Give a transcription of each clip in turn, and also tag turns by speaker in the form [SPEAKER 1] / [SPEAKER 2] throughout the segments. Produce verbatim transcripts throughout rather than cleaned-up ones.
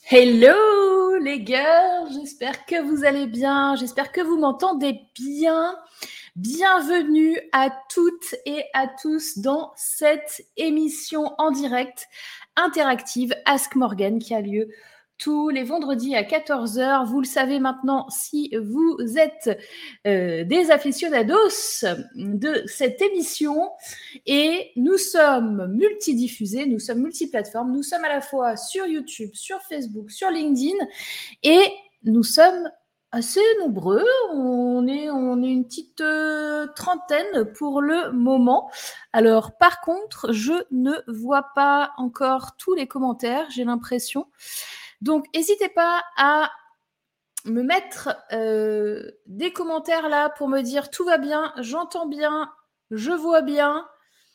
[SPEAKER 1] Hello les girls, j'espère que vous allez bien, j'espère que vous m'entendez bien. Bienvenue à toutes et à tous dans cette émission en direct interactive Ask Morgan qui a lieu tous les vendredis à quatorze heures. Vous le savez maintenant si vous êtes euh, des aficionados de cette émission. Et nous sommes multidiffusés, nous sommes multiplateformes, nous sommes à la fois sur YouTube, sur Facebook, sur LinkedIn et nous sommes assez nombreux. On est, on est une petite euh, trentaine pour le moment. Alors, par contre, je ne vois pas encore tous les commentaires, j'ai l'impression. Donc, n'hésitez pas à me mettre euh, des commentaires là pour me dire tout va bien, j'entends bien, je vois bien,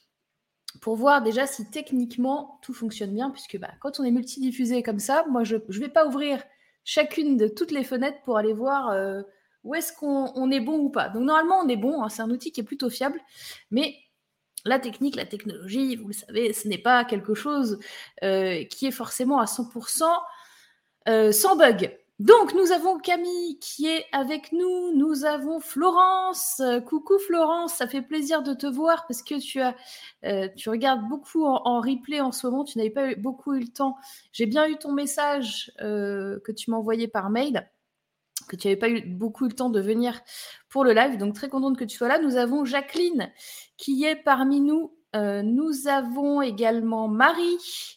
[SPEAKER 1] pour voir déjà si techniquement tout fonctionne bien, puisque bah, quand on est multidiffusé comme ça, moi je ne vais pas ouvrir chacune de toutes les fenêtres pour aller voir euh, où est-ce qu'on on est bon ou pas. Donc normalement on est bon, hein, c'est un outil qui est plutôt fiable, mais la technique, la technologie, vous le savez, ce n'est pas quelque chose euh, qui est forcément à cent pour cent euh, sans bug. Donc, nous avons Camille qui est avec nous. Nous avons Florence. Euh, coucou Florence, ça fait plaisir de te voir parce que tu as, euh, tu regardes beaucoup en, en replay en ce moment. Tu n'avais pas eu, beaucoup eu le temps. J'ai bien eu ton message euh, que tu m'as envoyé par mail, que tu n'avais pas eu beaucoup eu le temps de venir pour le live. Donc, très contente que tu sois là. Nous avons Jacqueline qui est parmi nous. Euh, nous avons également Marie.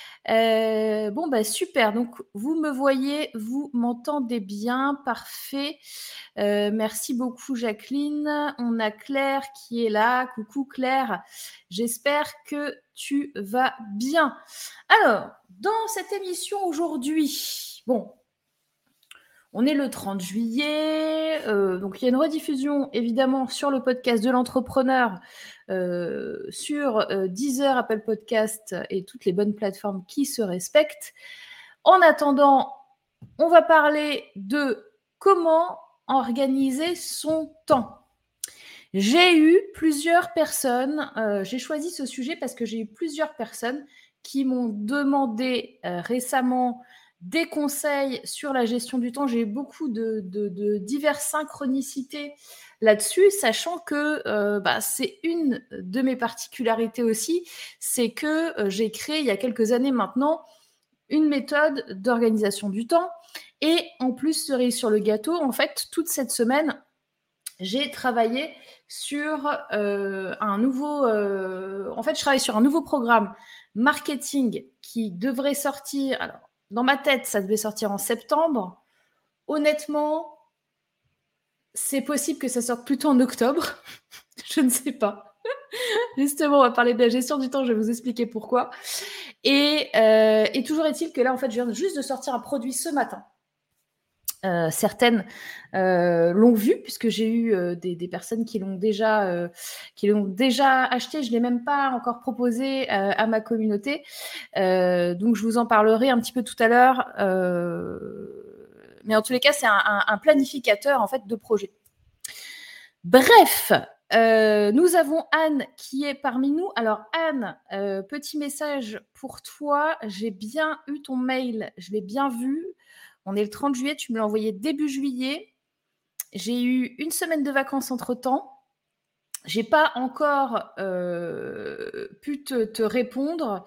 [SPEAKER 1] Euh, bon, bah super. Donc, vous me voyez, vous m'entendez bien. Parfait. Euh, merci beaucoup, Jacqueline. On a Claire qui est là. Coucou, Claire. J'espère que tu vas bien. Alors, dans cette émission aujourd'hui, bon, on est le trente juillet, euh, donc il y a une rediffusion évidemment sur le podcast de l'entrepreneur, euh, sur euh, Deezer, Apple Podcast et toutes les bonnes plateformes qui se respectent. En attendant, on va parler de comment organiser son temps. J'ai eu plusieurs personnes, euh, j'ai choisi ce sujet parce que j'ai eu plusieurs personnes qui m'ont demandé euh, récemment des conseils sur la gestion du temps. J'ai eu beaucoup de, de, de diverses synchronicités là-dessus, sachant que euh, bah, c'est une de mes particularités aussi, c'est que euh, j'ai créé il y a quelques années maintenant une méthode d'organisation du temps. Et en plus, cerise sur le gâteau, en fait, toute cette semaine, j'ai travaillé sur euh, un nouveau... Euh, en fait, je travaille sur un nouveau programme marketing qui devrait sortir... Alors, dans ma tête, ça devait sortir en septembre. Honnêtement, c'est possible que ça sorte plutôt en octobre. Je ne sais pas. Justement, on va parler de la gestion du temps, je vais vous expliquer pourquoi. Et, euh, et toujours est-il que là, en fait, je viens juste de sortir un produit ce matin. Euh, certaines euh, l'ont vu puisque j'ai eu euh, des, des personnes qui l'ont déjà euh, qui l'ont déjà acheté. Je l'ai même pas encore proposé euh, à ma communauté, euh, donc je vous en parlerai un petit peu tout à l'heure. Euh, mais en tous les cas, c'est un, un, un planificateur en fait de projet. Bref. Euh, nous avons Anne qui est parmi nous. Alors Anne, euh, petit message pour toi. J'ai bien eu ton mail, je l'ai bien vu. On est le trente juillet, tu me l'as envoyé début juillet. J'ai eu une semaine de vacances entre-temps. J'ai pas encore euh, pu te, te répondre,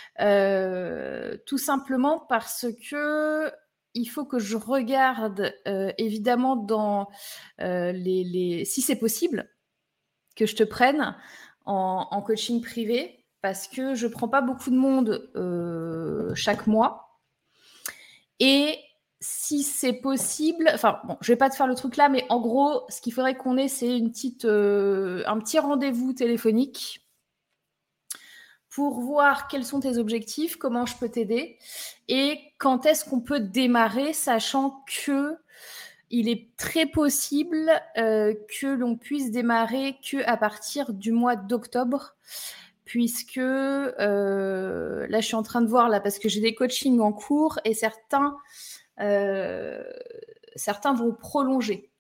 [SPEAKER 1] euh, tout simplement parce que il faut que je regarde euh, évidemment dans euh, les, les... si c'est possible, que je te prenne en, en coaching privé, parce que je prends pas beaucoup de monde euh, chaque mois. Et si c'est possible, enfin bon, je vais pas te faire le truc là, mais en gros, ce qu'il faudrait qu'on ait, c'est une petite, euh, un petit rendez-vous téléphonique pour voir quels sont tes objectifs, comment je peux t'aider et quand est-ce qu'on peut démarrer, sachant que il est très possible euh, que l'on puisse démarrer que à partir du mois d'octobre, puisque euh, là, je suis en train de voir là parce que j'ai des coachings en cours et certains euh, certains vont prolonger.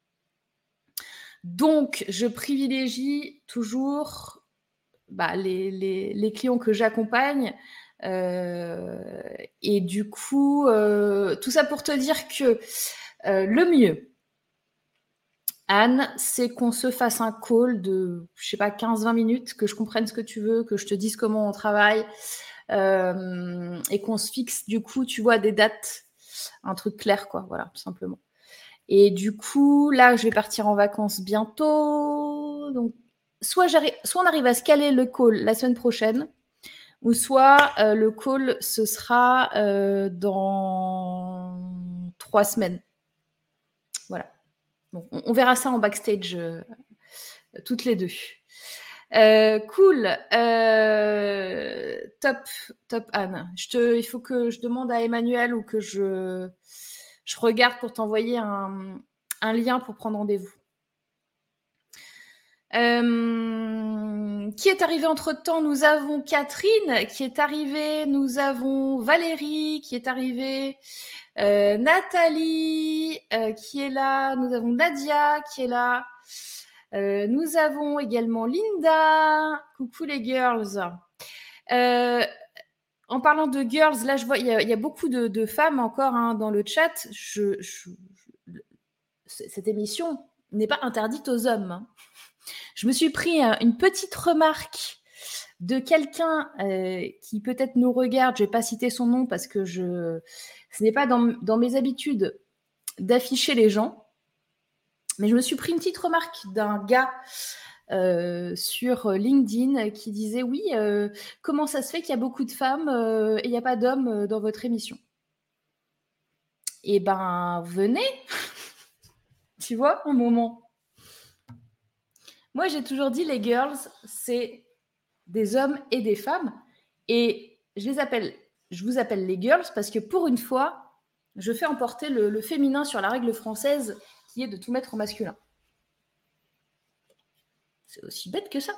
[SPEAKER 1] Donc, je privilégie toujours bah, les, les, les clients que j'accompagne Euh, et du coup, euh, tout ça pour te dire que euh, le mieux, Anne, c'est qu'on se fasse un call de, je sais pas, quinze vingt minutes, que je comprenne ce que tu veux, que je te dise comment on travaille, euh, et qu'on se fixe, du coup, tu vois, des dates, un truc clair, quoi, voilà, tout simplement. Et du coup, là, je vais partir en vacances bientôt. Donc, soit, soit on arrive à se caler le call la semaine prochaine, ou soit euh, le call, ce sera euh, dans trois semaines. Voilà. Bon, on, on verra ça en backstage euh, toutes les deux. Euh, cool. Euh, top, top Anne. Je te, il faut que je demande à Emmanuel ou que je, je regarde pour t'envoyer un, un lien pour prendre rendez-vous. Euh, qui est arrivé entre-temps? Nous avons Catherine qui est arrivée, nous avons Valérie qui est arrivée, euh, Nathalie euh, qui est là, nous avons Nadia qui est là, euh, nous avons également Linda. Coucou les girls. Euh, en parlant de girls, là je vois, il y, y a beaucoup de, de femmes encore hein, dans le chat. Je, je, je, cette émission n'est pas interdite aux hommes. Hein. Je me suis pris une petite remarque de quelqu'un euh, qui peut-être nous regarde. Je ne vais pas citer son nom parce que je, ce n'est pas dans, dans mes habitudes d'afficher les gens. Mais je me suis pris une petite remarque d'un gars euh, sur LinkedIn qui disait « Oui, euh, comment ça se fait qu'il y a beaucoup de femmes euh, et il n'y a pas d'hommes dans votre émission ?» Eh ben, venez, tu vois, un moment. Moi, j'ai toujours dit, les girls, c'est des hommes et des femmes. Et je les appelle, je vous appelle les girls parce que pour une fois, je fais emporter le, le féminin sur la règle française qui est de tout mettre au masculin. C'est aussi bête que ça.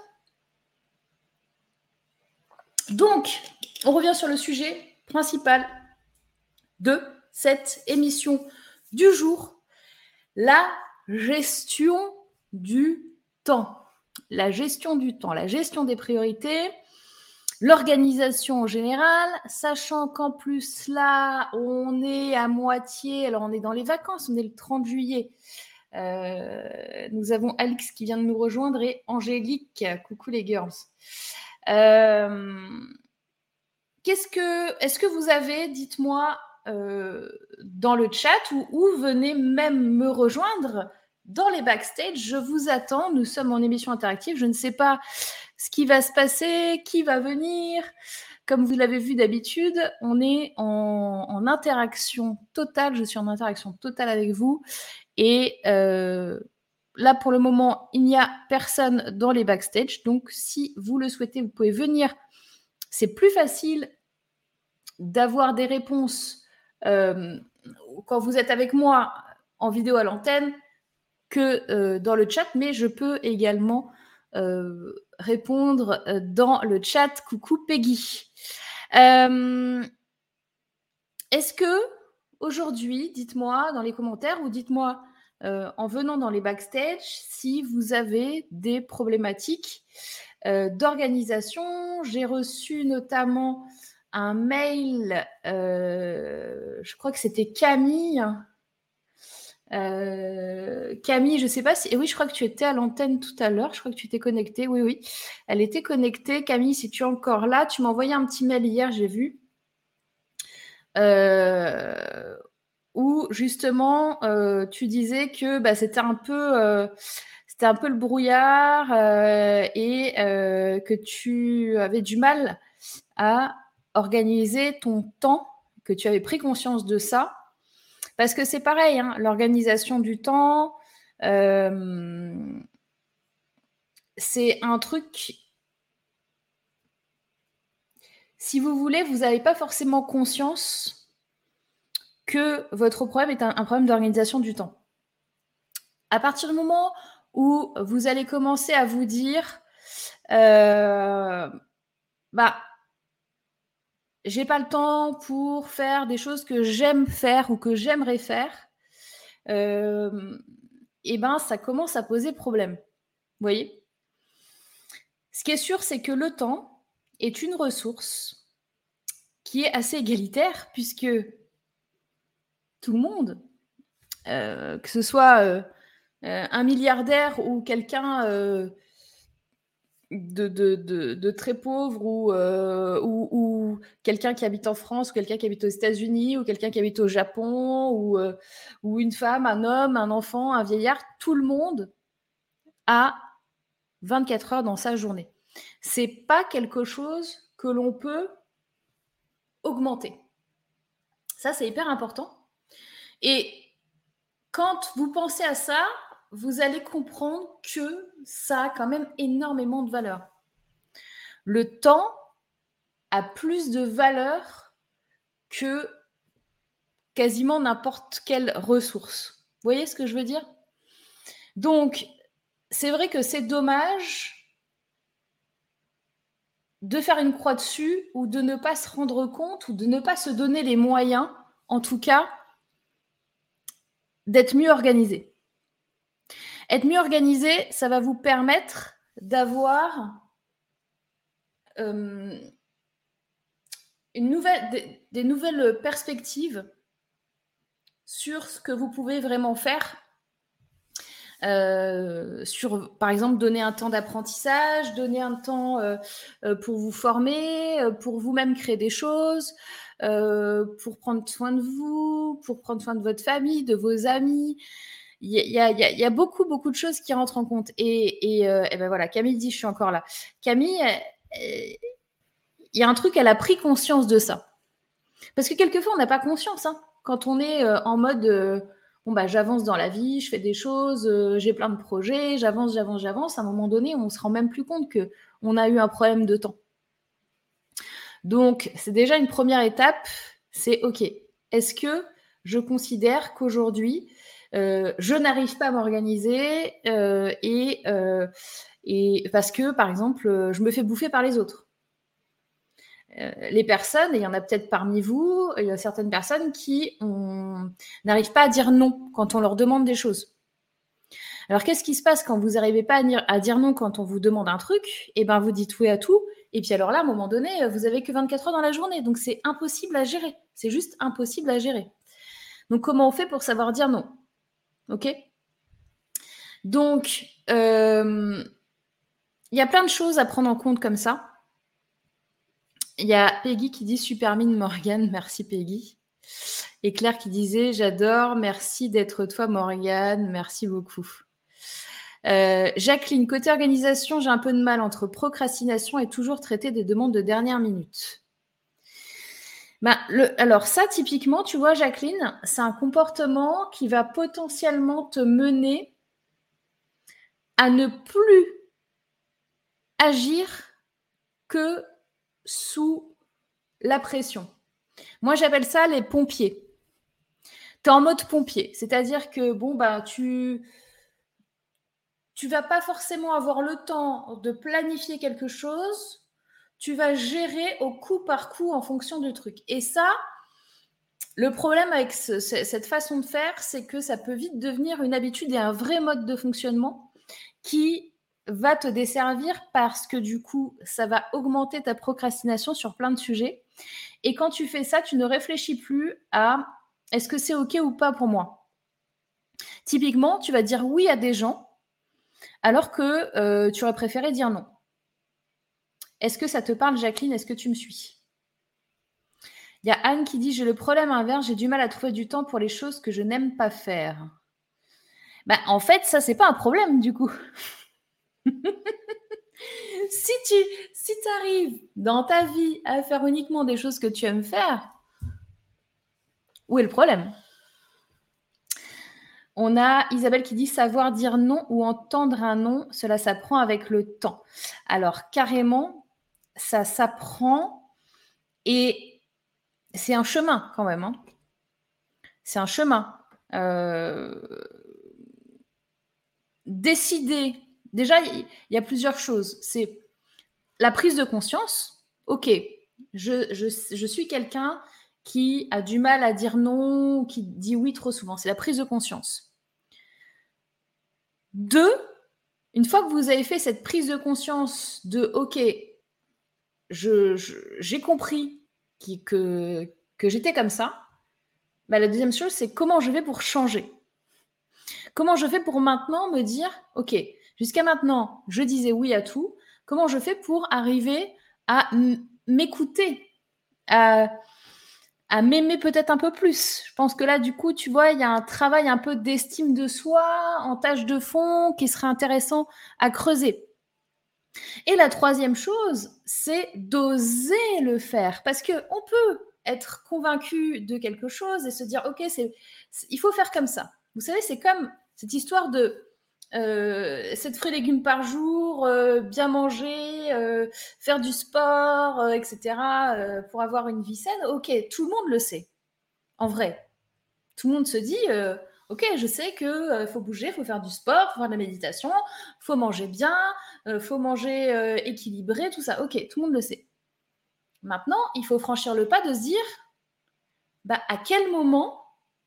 [SPEAKER 1] Donc, on revient sur le sujet principal de cette émission du jour, la gestion du temps. La gestion du temps, la gestion des priorités, l'organisation en général, sachant qu'en plus là, on est à moitié, alors on est dans les vacances, on est le trente juillet. Euh, nous avons Alix qui vient de nous rejoindre et Angélique. Coucou les girls. Euh, qu'est-ce que, est-ce que vous avez, dites-moi euh, dans le chat ou, ou venez même me rejoindre dans les backstage. Je vous attends. Nous sommes en émission interactive. Je ne sais pas ce qui va se passer, qui va venir. Comme vous l'avez vu d'habitude, on est en, en interaction totale. Je suis en interaction totale avec vous. Et euh, là, pour le moment, il n'y a personne dans les backstage. Donc, si vous le souhaitez, vous pouvez venir. C'est plus facile d'avoir des réponses euh, quand vous êtes avec moi en vidéo à l'antenne que euh, dans le chat, mais je peux également euh, répondre dans le chat. Coucou Peggy. Euh, est-ce que aujourd'hui, dites-moi dans les commentaires ou dites-moi euh, en venant dans les backstage si vous avez des problématiques euh, d'organisation. J'ai reçu notamment un mail, euh, je crois que c'était Camille. Euh, Camille, je ne sais pas si... Et oui, je crois que tu étais à l'antenne tout à l'heure. Je crois que tu t'es connectée. Oui, oui. Elle était connectée. Camille, si tu es encore là, tu m'as envoyé un petit mail hier, j'ai vu. Euh, où justement, euh, tu disais que bah, c'était un peu... Euh, c'était un peu le brouillard euh, et euh, que tu avais du mal à organiser ton temps, que tu avais pris conscience de ça. Parce que c'est pareil, hein, l'organisation du temps, euh, c'est un truc, si vous voulez, vous n'avez pas forcément conscience que votre problème est un, un problème d'organisation du temps. À partir du moment où vous allez commencer à vous dire, euh, bah, j'ai pas le temps pour faire des choses que j'aime faire ou que j'aimerais faire, euh, et ben ça commence à poser problème. Vous voyez ? Ce qui est sûr, c'est que le temps est une ressource qui est assez égalitaire, puisque tout le monde, euh, que ce soit euh, euh, un milliardaire ou quelqu'un euh, de, de, de, de très pauvre ou, euh, ou, ou quelqu'un qui habite en France ou quelqu'un qui habite aux États-Unis ou quelqu'un qui habite au Japon ou, euh, ou une femme, un homme, un enfant, un vieillard, tout le monde a vingt-quatre heures dans sa journée. C'est pas quelque chose que l'on peut augmenter. Ça, c'est hyper important. Et quand vous pensez à ça, vous allez comprendre que ça a quand même énormément de valeur. Le temps a plus de valeur que quasiment n'importe quelle ressource. Vous voyez ce que je veux dire? Donc, c'est vrai que c'est dommage de faire une croix dessus ou de ne pas se rendre compte ou de ne pas se donner les moyens, en tout cas, d'être mieux organisé. Être mieux organisé, ça va vous permettre d'avoir euh, une nouvelle, des, des nouvelles perspectives sur ce que vous pouvez vraiment faire. Euh, sur, par exemple, donner un temps d'apprentissage, donner un temps euh, euh, pour vous former, euh, pour vous-même créer des choses, euh, pour prendre soin de vous, pour prendre soin de votre famille, de vos amis. Il y a, il y a, il y a beaucoup, beaucoup de choses qui rentrent en compte. Et, et, euh, et ben voilà, Camille dit, je suis encore là. Camille, euh, il y a un truc, elle a pris conscience de ça. Parce que quelquefois, on n'a pas conscience. Hein, quand on est euh, en mode... Euh, bon, bah, j'avance dans la vie, je fais des choses, euh, j'ai plein de projets, j'avance, j'avance, j'avance. À un moment donné, on ne se rend même plus compte qu'on a eu un problème de temps. Donc, c'est déjà une première étape, c'est OK. Est-ce que je considère qu'aujourd'hui, euh, je n'arrive pas à m'organiser euh, et, euh, et parce que, par exemple, je me fais bouffer par les autres. Euh, les personnes, et il y en a peut-être parmi vous, il y a certaines personnes qui n'arrivent pas à dire non quand on leur demande des choses. Alors, qu'est-ce qui se passe quand vous n'arrivez pas à dire, à dire non quand on vous demande un truc? Eh bien, vous dites oui à tout. Et puis alors là, à un moment donné, vous n'avez que vingt-quatre heures dans la journée. Donc, c'est impossible à gérer. C'est juste impossible à gérer. Donc, comment on fait pour savoir dire non? OK? Donc, euh, il y a plein de choses à prendre en compte comme ça. Il y a Peggy qui dit super mine Morgane, merci Peggy. Et Claire qui disait j'adore, merci d'être toi Morgane, merci beaucoup. Euh, Jacqueline, côté organisation, j'ai un peu de mal entre procrastination et toujours traiter des demandes de dernière minute. Ben, le, alors ça, typiquement, tu vois Jacqueline, c'est un comportement qui va potentiellement te mener à ne plus agir que sous la pression. Moi, j'appelle ça les pompiers. Tu es en mode pompier, c'est-à-dire que bon, bah, tu tu vas pas forcément avoir le temps de planifier quelque chose, tu vas gérer au coup par coup en fonction du truc. Et ça, le problème avec ce, cette façon de faire, c'est que ça peut vite devenir une habitude et un vrai mode de fonctionnement qui va te desservir parce que du coup, ça va augmenter ta procrastination sur plein de sujets. Et quand tu fais ça, tu ne réfléchis plus à est-ce que c'est OK ou pas pour moi. Typiquement, tu vas dire oui à des gens alors que euh, tu aurais préféré dire non. Est-ce que ça te parle, Jacqueline? Est-ce que tu me suis? Il y a Anne qui dit « J'ai le problème inverse, j'ai du mal à trouver du temps pour les choses que je n'aime pas faire. » Ben, en fait, ça, c'est pas un problème, du coup. Si tu si arrives dans ta vie à faire uniquement des choses que tu aimes faire, où est le problème? On a Isabelle qui dit « Savoir dire non ou entendre un non, cela s'apprend avec le temps. » Alors, carrément, ça s'apprend et c'est un chemin quand même. Hein. C'est un chemin. Euh... Décider. Déjà, il y a plusieurs choses. C'est la prise de conscience. OK, je, je, je suis quelqu'un qui a du mal à dire non, qui dit oui trop souvent. C'est la prise de conscience. Deux, une fois que vous avez fait cette prise de conscience de OK, je, je, j'ai compris qui, que, que j'étais comme ça, bah, la deuxième chose, c'est comment je fais pour changer. Comment je fais pour maintenant me dire, OK, jusqu'à maintenant, je disais oui à tout. Comment je fais pour arriver à m- m'écouter, à, à m'aimer peut-être un peu plus. Je pense que là, du coup, tu vois, il y a un travail un peu d'estime de soi en tâche de fond qui serait intéressant à creuser. Et la troisième chose, c'est d'oser le faire. Parce qu'on peut être convaincu de quelque chose et se dire, OK, c'est, c'est- il faut faire comme ça. Vous savez, c'est comme cette histoire de euh, sept fruits et légumes par jour, euh, bien manger, euh, faire du sport, euh, et cetera, euh, pour avoir une vie saine. OK, tout le monde le sait, en vrai. Tout le monde se dit, euh, ok, je sais qu'il euh, faut bouger, il faut faire du sport, il faut faire de la méditation, il faut manger bien, il euh, faut manger euh, équilibré, tout ça. Ok, tout le monde le sait. Maintenant, il faut franchir le pas de se dire, bah, à quel moment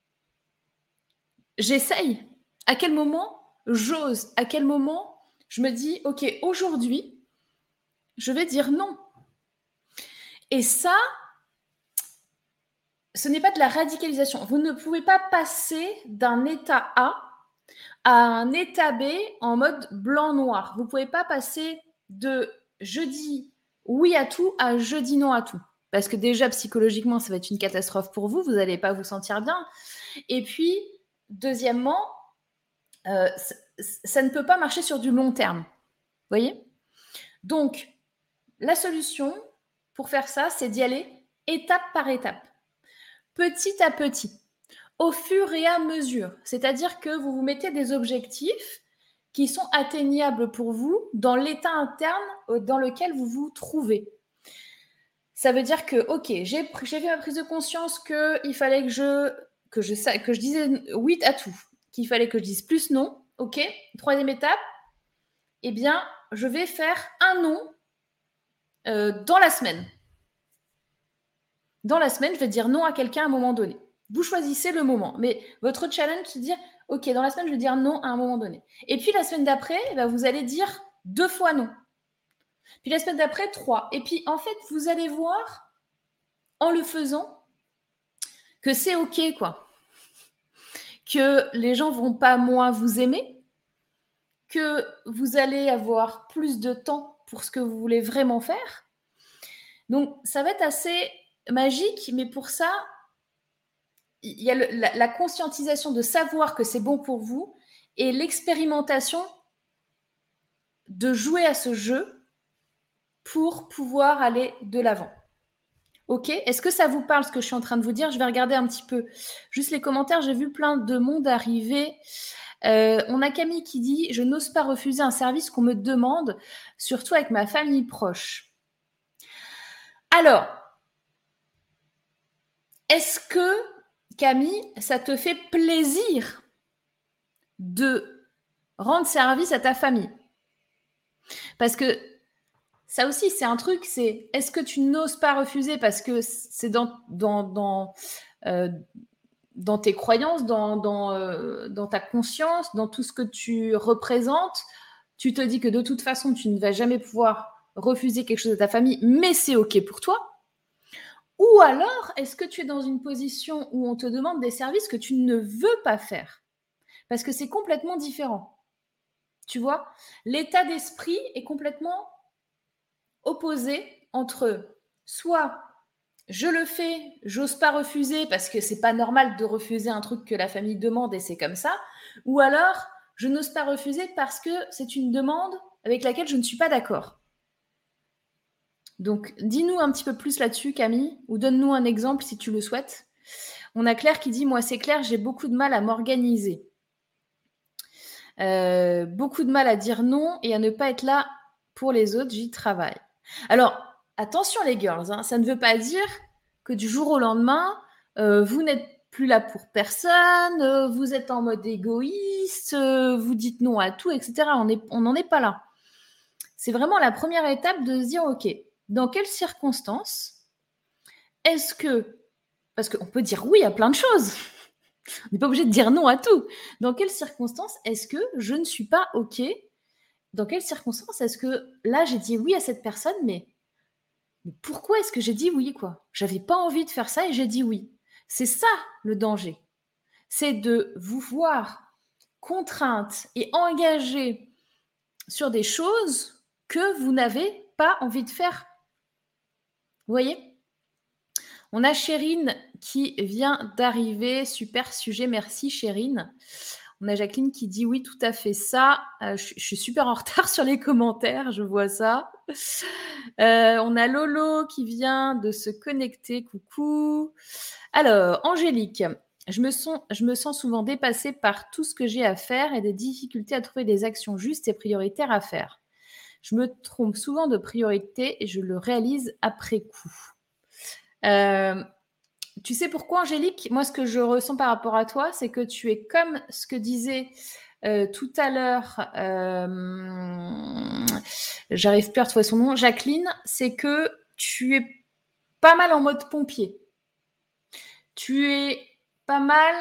[SPEAKER 1] j'essaye, à quel moment j'ose, à quel moment je me dis, ok, aujourd'hui, je vais dire non. Et ça, ce n'est pas de la radicalisation. Vous ne pouvez pas passer d'un état A à un état B en mode blanc-noir. Vous ne pouvez pas passer de je dis oui à tout à je dis non à tout. Parce que déjà, psychologiquement, ça va être une catastrophe pour vous. Vous n'allez pas vous sentir bien. Et puis, deuxièmement, euh, ça, ça ne peut pas marcher sur du long terme. Vous voyez? Donc, la solution pour faire ça, c'est d'y aller étape par étape, petit à petit, au fur et à mesure. C'est-à-dire que vous vous mettez des objectifs qui sont atteignables pour vous dans l'état interne dans lequel vous vous trouvez. Ça veut dire que, ok, j'ai, j'ai fait ma prise de conscience qu'il fallait que je, que, je, que je disais oui à tout, qu'il fallait que je dise plus non. Ok, troisième étape, eh bien, je vais faire un non euh, dans la semaine. Dans la semaine, je vais dire non à quelqu'un à un moment donné. Vous choisissez le moment. Mais votre challenge, c'est de dire, OK, dans la semaine, je vais dire non à un moment donné. Et puis la semaine d'après, eh ben, vous allez dire deux fois non. Puis la semaine d'après, trois. Et puis, en fait, vous allez voir, en le faisant, que c'est OK, quoi. Que les gens vont pas moins vous aimer, que vous allez avoir plus de temps pour ce que vous voulez vraiment faire. Donc, ça va être assez magique, mais pour ça, il y a le, la, la conscientisation de savoir que c'est bon pour vous et l'expérimentation de jouer à ce jeu pour pouvoir aller de l'avant. Ok? Est-ce que ça vous parle ce que je suis en train de vous dire? Je vais regarder un petit peu juste les commentaires. J'ai vu plein de monde arriver. Euh, on a Camille qui dit « Je n'ose pas refuser un service qu'on me demande, surtout avec ma famille proche. » Alors, est-ce que, Camille, ça te fait plaisir de rendre service à ta famille? Parce que ça aussi, c'est un truc, c'est est-ce que tu n'oses pas refuser parce que c'est dans, dans, dans, euh, dans tes croyances, dans, dans, euh, dans ta conscience, dans tout ce que tu représentes, tu te dis que de toute façon, tu ne vas jamais pouvoir refuser quelque chose à ta famille, mais c'est OK pour toi. Ou alors, est-ce que tu es dans une position où on te demande des services que tu ne veux pas faire? Parce que c'est complètement différent. Tu vois, l'état d'esprit est complètement opposé entre soit je le fais, j'ose pas refuser parce que c'est pas normal de refuser un truc que la famille demande et c'est comme ça, ou alors je n'ose pas refuser parce que c'est une demande avec laquelle je ne suis pas d'accord. Donc, dis-nous un petit peu plus là-dessus, Camille, ou donne-nous un exemple si tu le souhaites. On a Claire qui dit « Moi, c'est clair, j'ai beaucoup de mal à m'organiser. Euh, beaucoup de mal à dire non et à ne pas être là pour les autres, j'y travaille. » Alors, attention les girls, hein, ça ne veut pas dire que du jour au lendemain, euh, vous n'êtes plus là pour personne, euh, vous êtes en mode égoïste, euh, vous dites non à tout, et cetera. On n'en est pas là. C'est vraiment la première étape de se dire, OK, dans quelles circonstances est-ce que... Parce qu'on peut dire oui à plein de choses. On n'est pas obligé de dire non à tout. Dans quelles circonstances est-ce que je ne suis pas OK? Dans quelles circonstances est-ce que là, j'ai dit oui à cette personne, mais Mais pourquoi est-ce que j'ai dit oui, quoi? J'avais pas envie de faire ça et j'ai dit oui. C'est ça le danger. C'est de vous voir contrainte et engagée sur des choses que vous n'avez pas envie de faire. Vous voyez? On a Chérine qui vient d'arriver. Super sujet, merci Chérine. On a Jacqueline qui dit oui, tout à fait ça. Euh, je, je suis super en retard sur les commentaires, je vois ça. Euh, on a Lolo qui vient de se connecter. Coucou. Alors, Angélique, je me, sens, je me sens souvent dépassée par tout ce que j'ai à faire et des difficultés à trouver des actions justes et prioritaires à faire. Je me trompe souvent de priorité et je le réalise après coup. Euh, tu sais pourquoi, Angélique? Moi, ce que je ressens par rapport à toi, c'est que tu es comme ce que disait euh, tout à l'heure, euh, j'arrive plus à retrouver son nom, Jacqueline, c'est que tu es pas mal en mode pompier. Tu es pas mal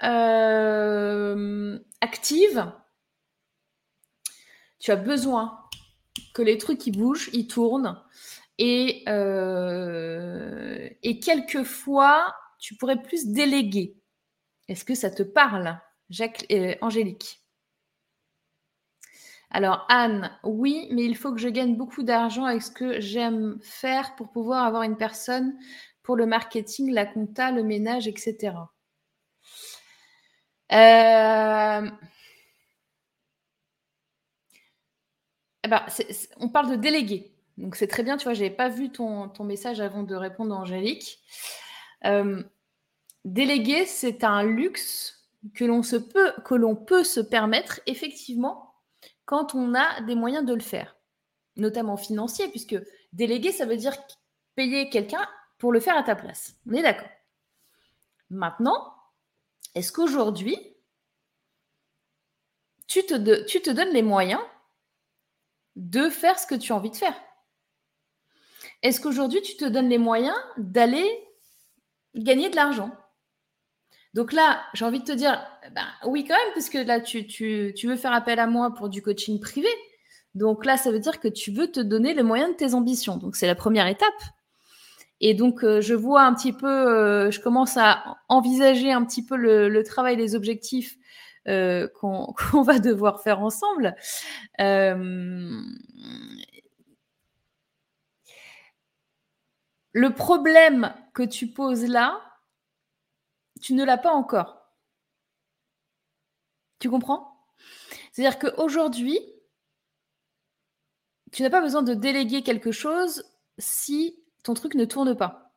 [SPEAKER 1] euh, active. Tu as besoin que les trucs ils bougent, ils tournent. Et, euh, et quelquefois, tu pourrais plus déléguer. Est-ce que ça te parle, Jacques, euh, Angélique? Alors, Anne, oui, mais il faut que je gagne beaucoup d'argent avec ce que j'aime faire pour pouvoir avoir une personne pour le marketing, la compta, le ménage, et cetera. Euh... Eh ben, c'est, c'est, on parle de déléguer. Donc, c'est très bien. Tu vois, je n'avais pas vu ton, ton message avant de répondre à Angélique. Euh, déléguer, c'est un luxe que l'on, se peut, que l'on peut se permettre, effectivement, quand on a des moyens de le faire, notamment financiers, puisque déléguer, ça veut dire payer quelqu'un pour le faire à ta place. On est d'accord. Maintenant, est-ce qu'aujourd'hui, tu te, de, tu te donnes les moyens de faire ce que tu as envie de faire? Est-ce qu'aujourd'hui, tu te donnes les moyens d'aller gagner de l'argent? Donc là, j'ai envie de te dire, ben, oui quand même, parce que là, tu, tu, tu veux faire appel à moi pour du coaching privé. Donc là, ça veut dire que tu veux te donner les moyens de tes ambitions. Donc c'est la première étape. Et donc, euh, je vois un petit peu, euh, je commence à envisager un petit peu le, le travail des objectifs euh, qu'on, qu'on va devoir faire ensemble. Euh, le problème que tu poses là, tu ne l'as pas encore. Tu comprends? C'est-à-dire qu'aujourd'hui, tu n'as pas besoin de déléguer quelque chose si ton truc ne tourne pas.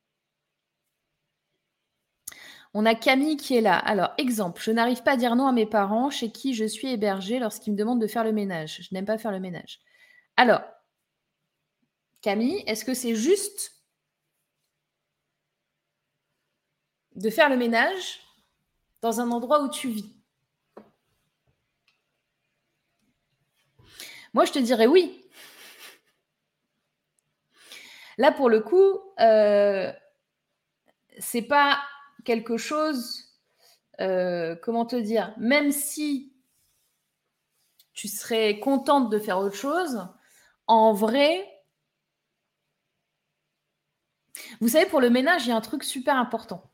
[SPEAKER 1] On a Camille qui est là. Alors, exemple, je n'arrive pas à dire non à mes parents chez qui je suis hébergée lorsqu'ils me demandent de faire le ménage. Je n'aime pas faire le ménage. Alors, Camille, est-ce que c'est juste de faire le ménage dans un endroit où tu vis? Moi, je te dirais oui. Là, pour le coup, euh, c'est pas quelque chose, euh, comment te dire, même si tu serais contente de faire autre chose, en vrai, vous savez, pour le ménage, il y a un truc super important.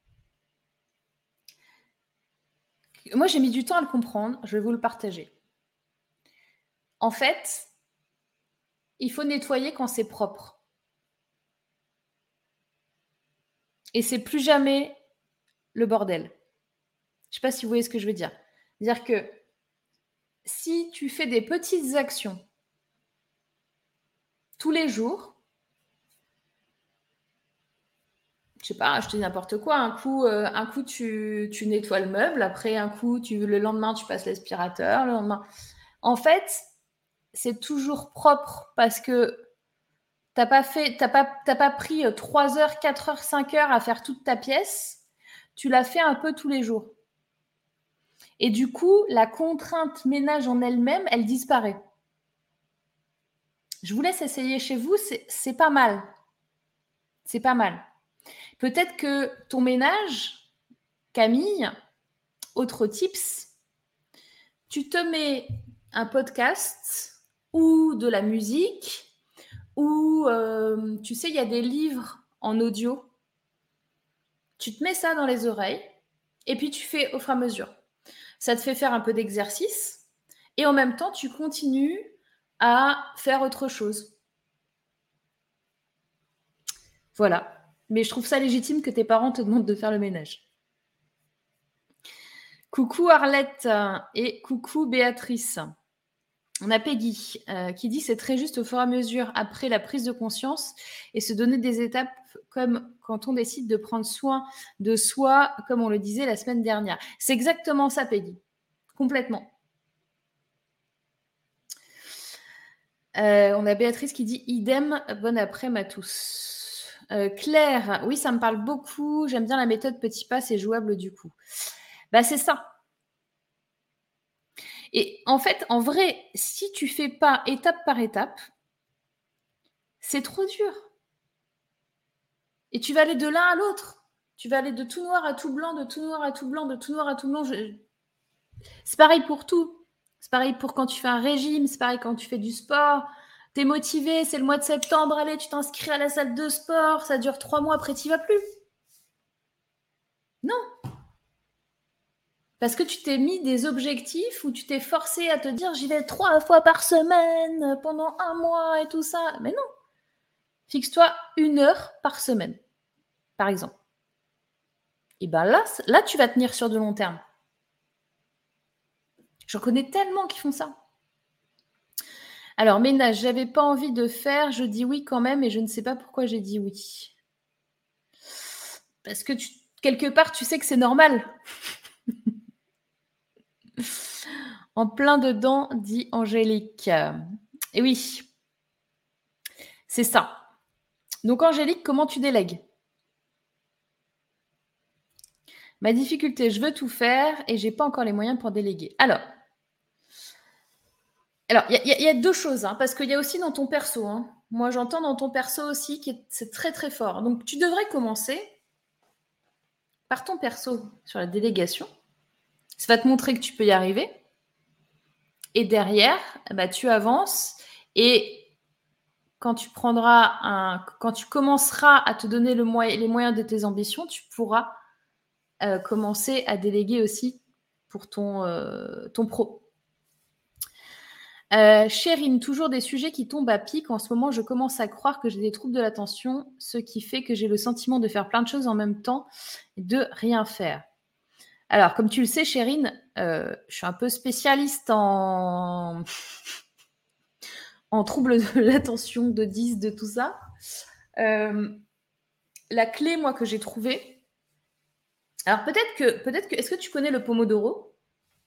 [SPEAKER 1] Moi, j'ai mis du temps à le comprendre, je vais vous le partager. En fait, il faut nettoyer quand c'est propre. Et c'est plus jamais le bordel. Je ne sais pas si vous voyez ce que je veux dire. C'est-à-dire que si tu fais des petites actions tous les jours, je sais pas, je te dis n'importe quoi, un coup, euh, un coup tu, tu nettoies le meuble, après un coup, tu, le lendemain, tu passes l'aspirateur, le lendemain. En fait, c'est toujours propre parce que t'as pas fait, t'as pas, t'as pas pris trois heures, quatre heures, cinq heures à faire toute ta pièce, tu l'as fait un peu tous les jours. Et du coup, la contrainte ménage en elle-même, elle disparaît. Je vous laisse essayer chez vous, c'est, c'est pas mal. C'est pas mal. Peut-être que ton ménage, Camille, autre tips, tu te mets un podcast ou de la musique Ou, euh, tu sais, il y a des livres en audio. Tu te mets ça dans les oreilles et puis tu fais au fur et à mesure. Ça te fait faire un peu d'exercice et en même temps, tu continues à faire autre chose. Voilà. Mais je trouve ça légitime que tes parents te demandent de faire le ménage. Coucou Arlette et coucou Béatrice. On a Peggy euh, qui dit c'est très juste au fur et à mesure après la prise de conscience et se donner des étapes comme quand on décide de prendre soin de soi, comme on le disait la semaine dernière. C'est exactement ça, Peggy. Complètement. Euh, on a Béatrice qui dit idem, bon après-midi à tous. Euh, Claire, oui, ça me parle beaucoup. J'aime bien la méthode petit pas, c'est jouable du coup. Bah, c'est ça. Et en fait, en vrai, si tu fais pas étape par étape, c'est trop dur. Et tu vas aller de l'un à l'autre. Tu vas aller de tout noir à tout blanc, de tout noir à tout blanc, de tout noir à tout blanc. Je... C'est pareil pour tout. C'est pareil pour quand tu fais un régime, c'est pareil quand tu fais du sport. T'es motivé, c'est le mois de septembre, allez, tu t'inscris à la salle de sport, ça dure trois mois, après tu n'y vas plus. Non. Parce que tu t'es mis des objectifs où tu t'es forcé à te dire j'y vais trois fois par semaine pendant un mois et tout ça. Mais non. Fixe-toi une heure par semaine, par exemple. Et bien là, là, tu vas tenir sur de long terme. J'en connais tellement qui font ça. Alors, ménage, j'avais pas envie de faire, je dis oui quand même et je ne sais pas pourquoi j'ai dit oui. Parce que tu, quelque part, tu sais que c'est normal. En plein dedans, dit Angélique. Et oui, c'est ça. Donc, Angélique, comment tu délègues ? Ma difficulté, je veux tout faire et j'ai pas encore les moyens pour déléguer. Alors, alors il y, y, y a deux choses, hein, parce qu'il y a aussi dans ton perso. Hein. Moi, j'entends dans ton perso aussi que c'est très très fort. Donc, tu devrais commencer par ton perso sur la délégation. Ça va te montrer que tu peux y arriver. Et derrière, bah, tu avances et quand tu prendras un, quand tu commenceras à te donner le moyen, les moyens de tes ambitions, tu pourras euh, commencer à déléguer aussi pour ton, euh, ton pro. Euh, Chérine, toujours des sujets qui tombent à pic. En ce moment, je commence à croire que j'ai des troubles de l'attention, ce qui fait que j'ai le sentiment de faire plein de choses en même temps et de rien faire. Alors, comme tu le sais, Chérine, euh, je suis un peu spécialiste en, en troubles de l'attention, de dix, de tout ça. Euh, la clé, moi, que j'ai trouvée. Alors, peut-être que, peut-être que. Est-ce que tu connais le Pomodoro, Chérine ?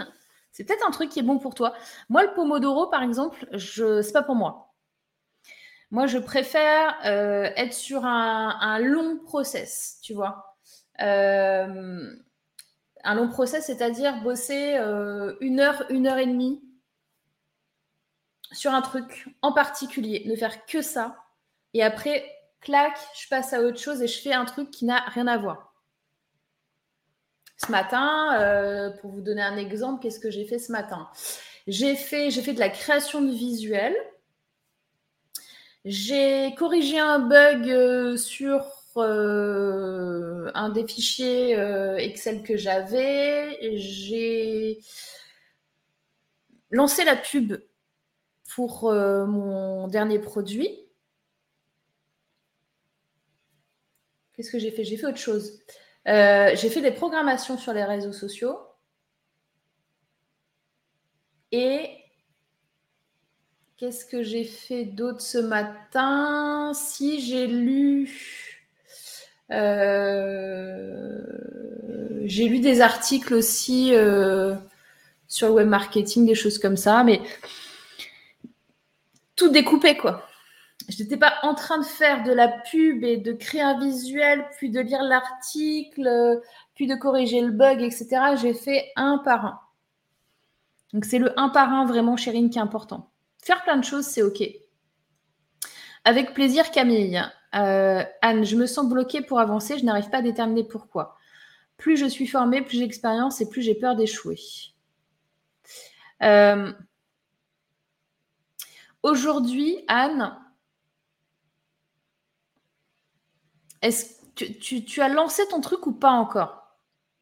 [SPEAKER 1] C'est peut-être un truc qui est bon pour toi. Moi, le Pomodoro, par exemple, je... c'est pas pour moi. Moi, je préfère euh, être sur un, un long process, tu vois. Euh, un long process, c'est-à-dire bosser euh, une heure, une heure et demie sur un truc en particulier, ne faire que ça. Et après, clac, je passe à autre chose et je fais un truc qui n'a rien à voir. Ce matin, euh, pour vous donner un exemple, qu'est-ce que j'ai fait ce matin ? J'ai fait, j'ai fait de la création de visuels. J'ai corrigé un bug euh, sur euh, un des fichiers euh, Excel que j'avais. J'ai lancé la pub pour euh, mon dernier produit. Qu'est-ce que j'ai fait ? J'ai fait autre chose. Euh, j'ai fait des programmations sur les réseaux sociaux. Et qu'est-ce que j'ai fait d'autre ce matin ? Si, j'ai lu... Euh, j'ai lu des articles aussi euh, sur le web marketing, des choses comme ça, mais tout découpé, quoi. Je n'étais pas en train de faire de la pub et de créer un visuel, puis de lire l'article, puis de corriger le bug, et cetera. J'ai fait un par un. Donc, c'est le un par un, vraiment, Chérine, qui est important. Faire plein de choses, c'est OK. Avec plaisir, Camille. Euh, Anne, je me sens bloquée pour avancer, je n'arrive pas à déterminer pourquoi. Plus je suis formée, plus j'ai d'expérience et plus j'ai peur d'échouer. Euh, aujourd'hui, Anne, Est-ce que tu, tu, tu as lancé ton truc ou pas encore?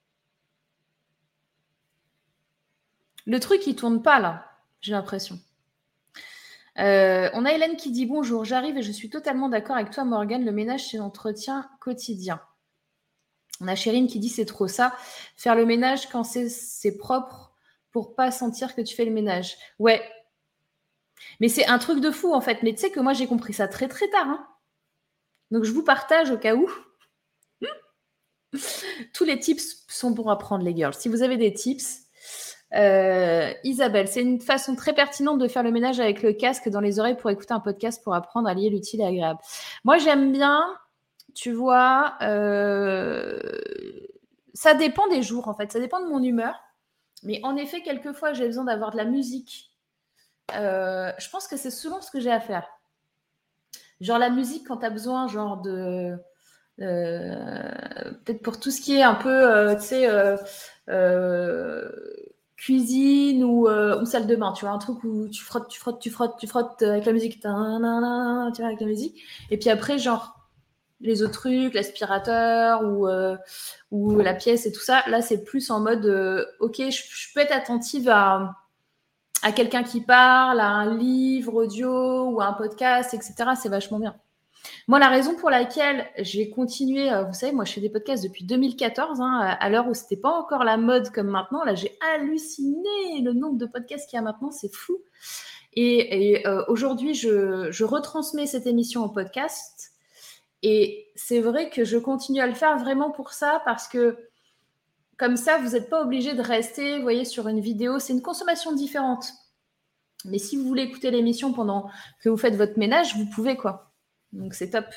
[SPEAKER 1] Le truc, il tourne pas là, j'ai l'impression. Euh, on a Hélène qui dit bonjour, j'arrive et je suis totalement d'accord avec toi, Morgane. Le ménage, c'est l'entretien quotidien. On a Chérine qui dit c'est trop ça. Faire le ménage quand c'est, c'est propre pour pas sentir que tu fais le ménage. Ouais. Mais c'est un truc de fou en fait. Mais tu sais que moi j'ai compris ça très très tard. Hein. Donc je vous partage au cas où. Tous les tips sont bons à prendre les girls. Si vous avez des tips, euh, Isabelle, c'est une façon très pertinente de faire le ménage avec le casque dans les oreilles pour écouter un podcast pour apprendre à lier l'utile et agréable. Moi j'aime bien, tu vois, euh, ça dépend des jours en fait, ça dépend de mon humeur. Mais en effet, quelquefois j'ai besoin d'avoir de la musique. Euh, je pense que c'est souvent ce que j'ai à faire. Genre la musique quand tu as besoin genre de... Euh, peut-être pour tout ce qui est un peu, euh, tu sais, euh, euh, cuisine ou, euh, ou salle de bain, tu vois, un truc où tu frottes, tu frottes, tu frottes, tu frottes avec la musique, tu vois, avec la musique. Et puis après, genre, les autres trucs, l'aspirateur ou, euh, ou la pièce et tout ça, là, c'est plus en mode, euh, ok, je, je peux être attentive à, à quelqu'un qui parle, à un livre audio ou à un podcast, et cetera. C'est vachement bien. Moi, la raison pour laquelle j'ai continué, euh, vous savez, moi, je fais des podcasts depuis deux mille quatorze, hein, à l'heure où c'était pas encore la mode comme maintenant. Là, j'ai halluciné le nombre de podcasts qu'il y a maintenant, c'est fou. Et, et euh, aujourd'hui, je, je retransmets cette émission en podcast. Et c'est vrai que je continue à le faire vraiment pour ça, parce que comme ça, vous n'êtes pas obligé de rester, vous voyez, sur une vidéo. C'est une consommation différente. Mais si vous voulez écouter l'émission pendant que vous faites votre ménage, vous pouvez, quoi. Donc, c'est top.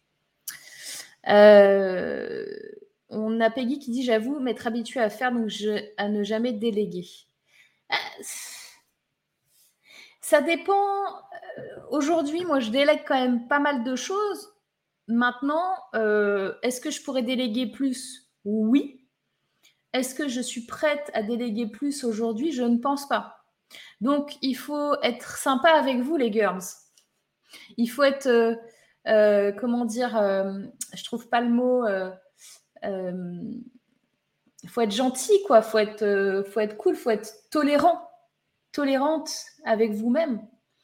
[SPEAKER 1] Euh, on a Peggy qui dit j'avoue m'être habituée à faire donc je, à ne jamais déléguer. Euh, ça dépend. Euh, aujourd'hui, moi, je délègue quand même pas mal de choses. Maintenant, euh, est-ce que je pourrais déléguer plus? Oui. Est-ce que je suis prête à déléguer plus aujourd'hui? Je ne pense pas. Donc, il faut être sympa avec vous, les girls. Il faut être, euh, euh, comment dire, euh, je trouve pas le mot. Euh, euh, Il faut être gentil, quoi. Faut être, euh, faut être cool, faut être tolérant, tolérante avec vous-même.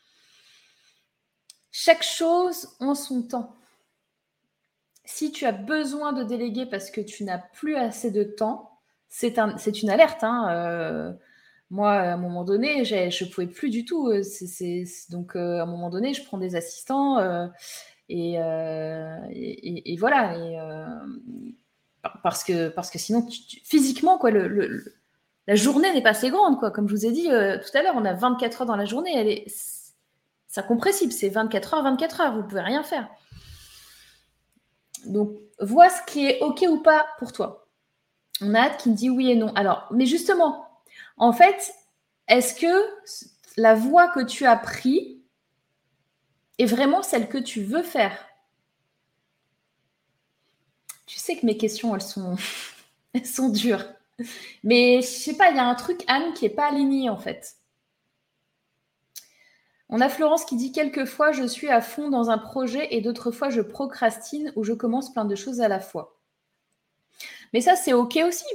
[SPEAKER 1] Chaque chose en son temps. Si tu as besoin de déléguer parce que tu n'as plus assez de temps, c'est, un, c'est une alerte. Hein. Euh, moi, à un moment donné, j'ai, je ne pouvais plus du tout. C'est, c'est, c'est, donc, euh, à un moment donné, je prends des assistants euh, et, euh, et, et, et voilà. Et, euh, parce que, parce que sinon, tu, tu, physiquement, quoi, le, le, la journée n'est pas assez grande, quoi. Comme je vous ai dit euh, tout à l'heure, on a vingt-quatre heures dans la journée. Elle est, c'est incompressible. C'est vingt-quatre heures, vingt-quatre heures. Vous ne pouvez rien faire. Donc, vois ce qui est OK ou pas pour toi. On a hâte qui me dit oui et non. Alors, mais justement, en fait, est-ce que la voie que tu as prise est vraiment celle que tu veux faire? Tu sais que mes questions, elles sont, elles sont dures. Mais je sais pas, il y a un truc, Anne, qui n'est pas aligné, en fait. On a Florence qui dit quelquefois je suis à fond dans un projet et d'autres fois je procrastine ou je commence plein de choses à la fois. Mais ça, c'est OK aussi.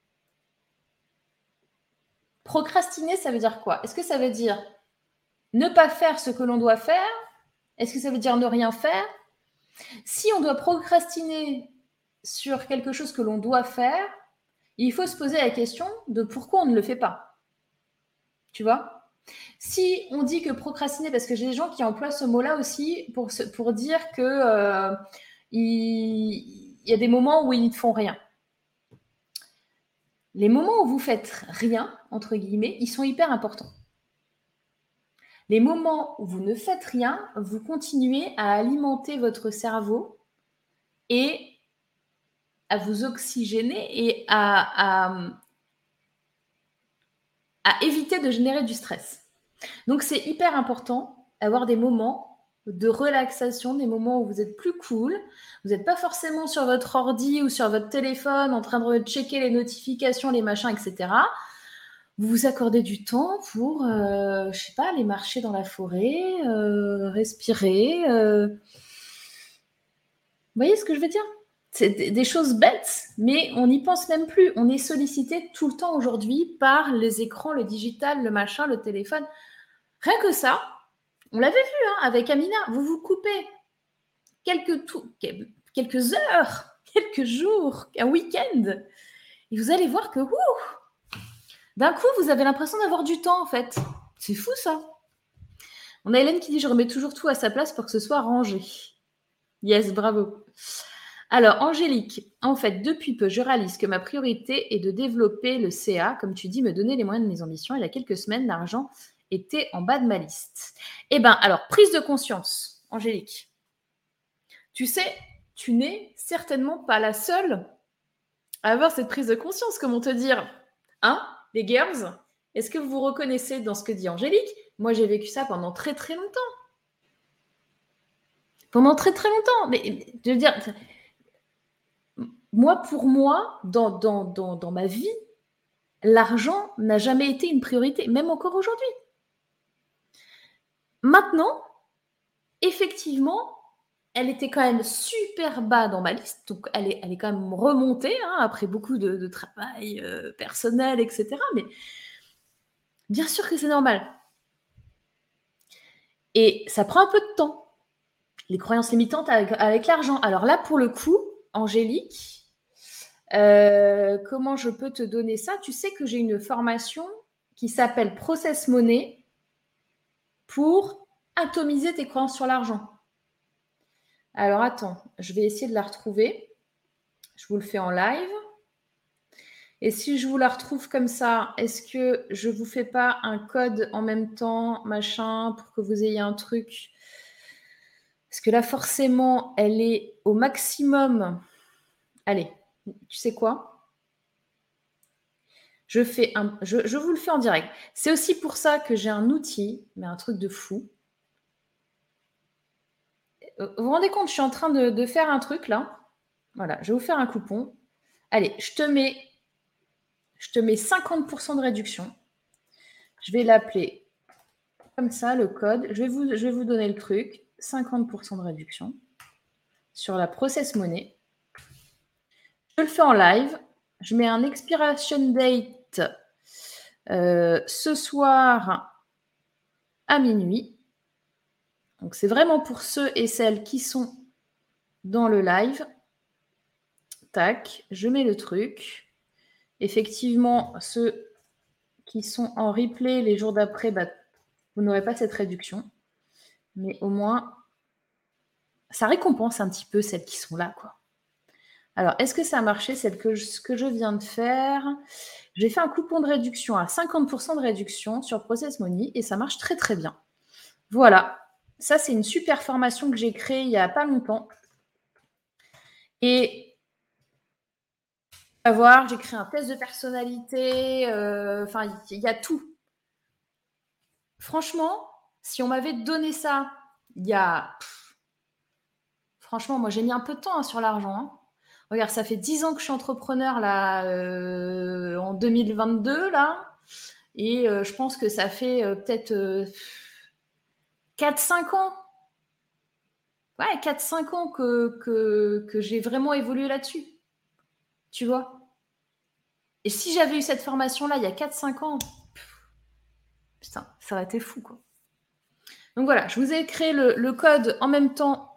[SPEAKER 1] Procrastiner, ça veut dire quoi? Est-ce que ça veut dire ne pas faire ce que l'on doit faire? Est-ce que ça veut dire ne rien faire? Si on doit procrastiner sur quelque chose que l'on doit faire, il faut se poser la question de pourquoi on ne le fait pas. Tu vois? Si on dit que procrastiner, parce que j'ai des gens qui emploient ce mot-là aussi pour, se, pour dire que euh, il, il y a des moments où ils ne font rien. Les moments où vous faites rien, entre guillemets, ils sont hyper importants. Les moments où vous ne faites rien, vous continuez à alimenter votre cerveau et à vous oxygéner et à, à, à éviter de générer du stress. Donc, c'est hyper important d'avoir des moments de relaxation, des moments où vous êtes plus cool. Vous n'êtes pas forcément sur votre ordi ou sur votre téléphone en train de checker les notifications, les machins, et cetera. Vous vous accordez du temps pour, euh, je sais pas, aller marcher dans la forêt, euh, respirer. Euh... Vous voyez ce que je veux dire? C'est des choses bêtes, mais on n'y pense même plus. On est sollicité tout le temps aujourd'hui par les écrans, le digital, le machin, le téléphone. Rien que ça, on l'avait vu hein, avec Amina. Vous vous coupez quelques, tout, quelques heures, quelques jours, un week-end, et vous allez voir que ouh, d'un coup, vous avez l'impression d'avoir du temps en fait. C'est fou ça. On a Hélène qui dit « Je remets toujours tout à sa place pour que ce soit rangé ». Yes, bravo. Alors, Angélique, en fait, depuis peu, je réalise que ma priorité est de développer le C A, comme tu dis, me donner les moyens de mes ambitions. Il y a quelques semaines, l'argent était en bas de ma liste. Eh bien, alors, prise de conscience, Angélique. Tu sais, tu n'es certainement pas la seule à avoir cette prise de conscience. Comment te dire? Hein, les girls, est-ce que vous vous reconnaissez dans ce que dit Angélique? Moi, j'ai vécu ça pendant très, très longtemps. Pendant très, très longtemps. Mais, je veux dire... Moi, pour moi, dans, dans, dans, dans ma vie, l'argent n'a jamais été une priorité, même encore aujourd'hui. Maintenant, effectivement, elle était quand même super bas dans ma liste, donc elle est, elle est quand même remontée, hein, après beaucoup de, de travail euh, personnel, et cetera. Mais bien sûr que c'est normal. Et ça prend un peu de temps. Les croyances limitantes avec, avec l'argent. Alors là, pour le coup, Angélique... Euh, comment je peux te donner ça? Tu sais que j'ai une formation qui s'appelle Process Money pour atomiser tes croyances sur l'argent. Alors, attends, je vais essayer de la retrouver. Je vous le fais en live. Et si je vous la retrouve comme ça, est-ce que je ne vous fais pas un code en même temps, machin, pour que vous ayez un truc? Parce que là, forcément, elle est au maximum. Allez, tu sais quoi? Je, fais un, je, je vous le fais en direct. C'est aussi pour ça que j'ai un outil, mais un truc de fou. Vous vous rendez compte, je suis en train de, de faire un truc là. Voilà, je vais vous faire un coupon. Allez, je te mets, je te mets cinquante pour cent de réduction. Je vais l'appeler comme ça, le code. Je vais vous, je vais vous donner le truc. cinquante pour cent de réduction sur la Process Money. Je le fais en live. Je mets un expiration date euh, ce soir à minuit. Donc, c'est vraiment pour ceux et celles qui sont dans le live. Tac, je mets le truc. Effectivement, ceux qui sont en replay les jours d'après, bah, vous n'aurez pas cette réduction. Mais au moins, ça récompense un petit peu celles qui sont là, quoi. Alors, est-ce que ça a marché, celle que je, ce que je viens de faire? J'ai fait un coupon de réduction à cinquante pour cent de réduction sur Process Money et ça marche très, très bien. Voilà. Ça, c'est une super formation que j'ai créée il n'y a pas longtemps. Et à voir, j'ai créé un test de personnalité. Euh, enfin, il y a tout. Franchement, si on m'avait donné ça il y a... Pff, franchement, moi, j'ai mis un peu de temps hein, sur l'argent. Hein. Regarde, ça fait dix ans que je suis entrepreneur là, euh, en deux mille vingt-deux là, et euh, je pense que ça fait euh, peut-être euh, quatre cinq ans. Ouais, quatre cinq ans que, que, que j'ai vraiment évolué là-dessus. Tu vois? Et si j'avais eu cette formation-là il y a quatre cinq ans, pff, putain, ça aurait été fou, quoi. Donc voilà, je vous ai créé le, le code en même temps.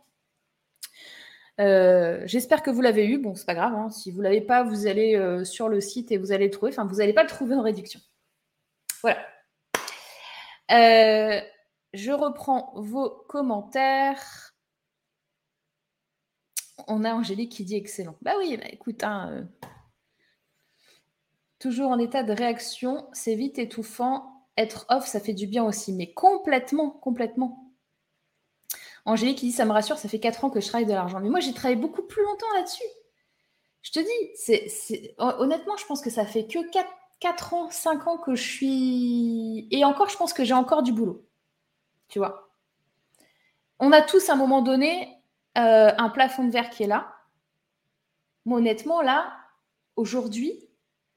[SPEAKER 1] Euh, j'espère que vous l'avez eu. Bon, c'est pas grave. Hein. Si vous l'avez pas, vous allez euh, sur le site et vous allez le trouver. Enfin, vous n'allez pas le trouver en réduction. Voilà. Euh, je reprends vos commentaires. On a Angélique qui dit excellent. Bah oui, bah écoute, hein, euh, toujours en état de réaction, c'est vite étouffant. Être off, ça fait du bien aussi, mais complètement, complètement. Angélique qui dit, ça me rassure, ça fait quatre ans que je travaille de l'argent. Mais moi, j'ai travaillé beaucoup plus longtemps là-dessus. Je te dis, c'est, c'est... honnêtement, je pense que ça fait que quatre ans, cinq ans que je suis... Et encore, je pense que j'ai encore du boulot. Tu vois. On a tous, à un moment donné, euh, un plafond de verre qui est là. Moi, honnêtement, là, aujourd'hui,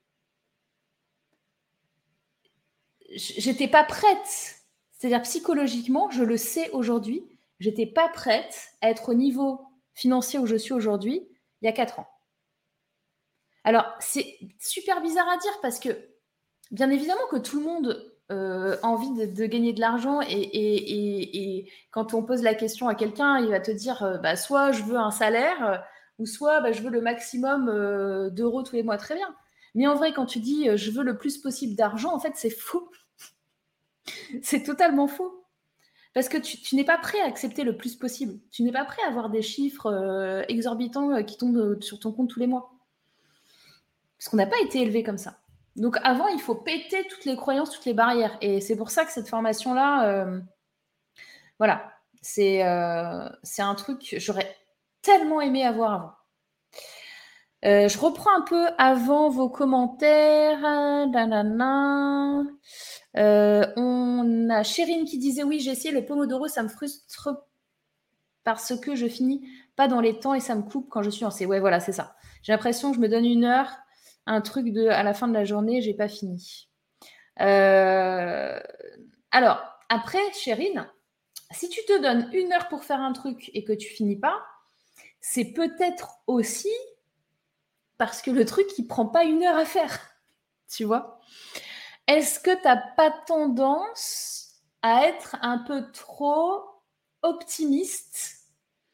[SPEAKER 1] j'étais pas prête. C'est-à-dire, psychologiquement, je le sais aujourd'hui, j'étais pas prête à être au niveau financier où je suis aujourd'hui il y a quatre ans. Alors, c'est super bizarre à dire parce que, bien évidemment que tout le monde euh, a envie de, de gagner de l'argent et, et, et, et quand on pose la question à quelqu'un, il va te dire euh, bah, soit je veux un salaire euh, ou soit bah, je veux le maximum euh, d'euros tous les mois. Très bien. Mais en vrai, quand tu dis euh, je veux le plus possible d'argent, en fait, c'est faux. C'est totalement faux. Parce que tu, tu n'es pas prêt à accepter le plus possible. Tu n'es pas prêt à avoir des chiffres euh, exorbitants euh, qui tombent euh, sur ton compte tous les mois. Parce qu'on n'a pas été élevé comme ça. Donc avant, il faut péter toutes les croyances, toutes les barrières. Et c'est pour ça que cette formation-là, euh, voilà, c'est euh, c'est un truc que j'aurais tellement aimé avoir avant. Euh, je reprends un peu avant vos commentaires. Nanana. Euh, on a Chérine qui disait oui, j'ai essayé le Pomodoro, ça me frustre parce que je finis pas dans les temps et ça me coupe quand je suis lancée. Ouais, voilà, c'est ça. J'ai l'impression que je me donne une heure, un truc de à la fin de la journée, j'ai pas fini. Euh, alors, après, Chérine, si tu te donnes une heure pour faire un truc et que tu finis pas, c'est peut-être aussi parce que le truc, il prend pas une heure à faire. Tu vois ? Est-ce que tu n'as pas tendance à être un peu trop optimiste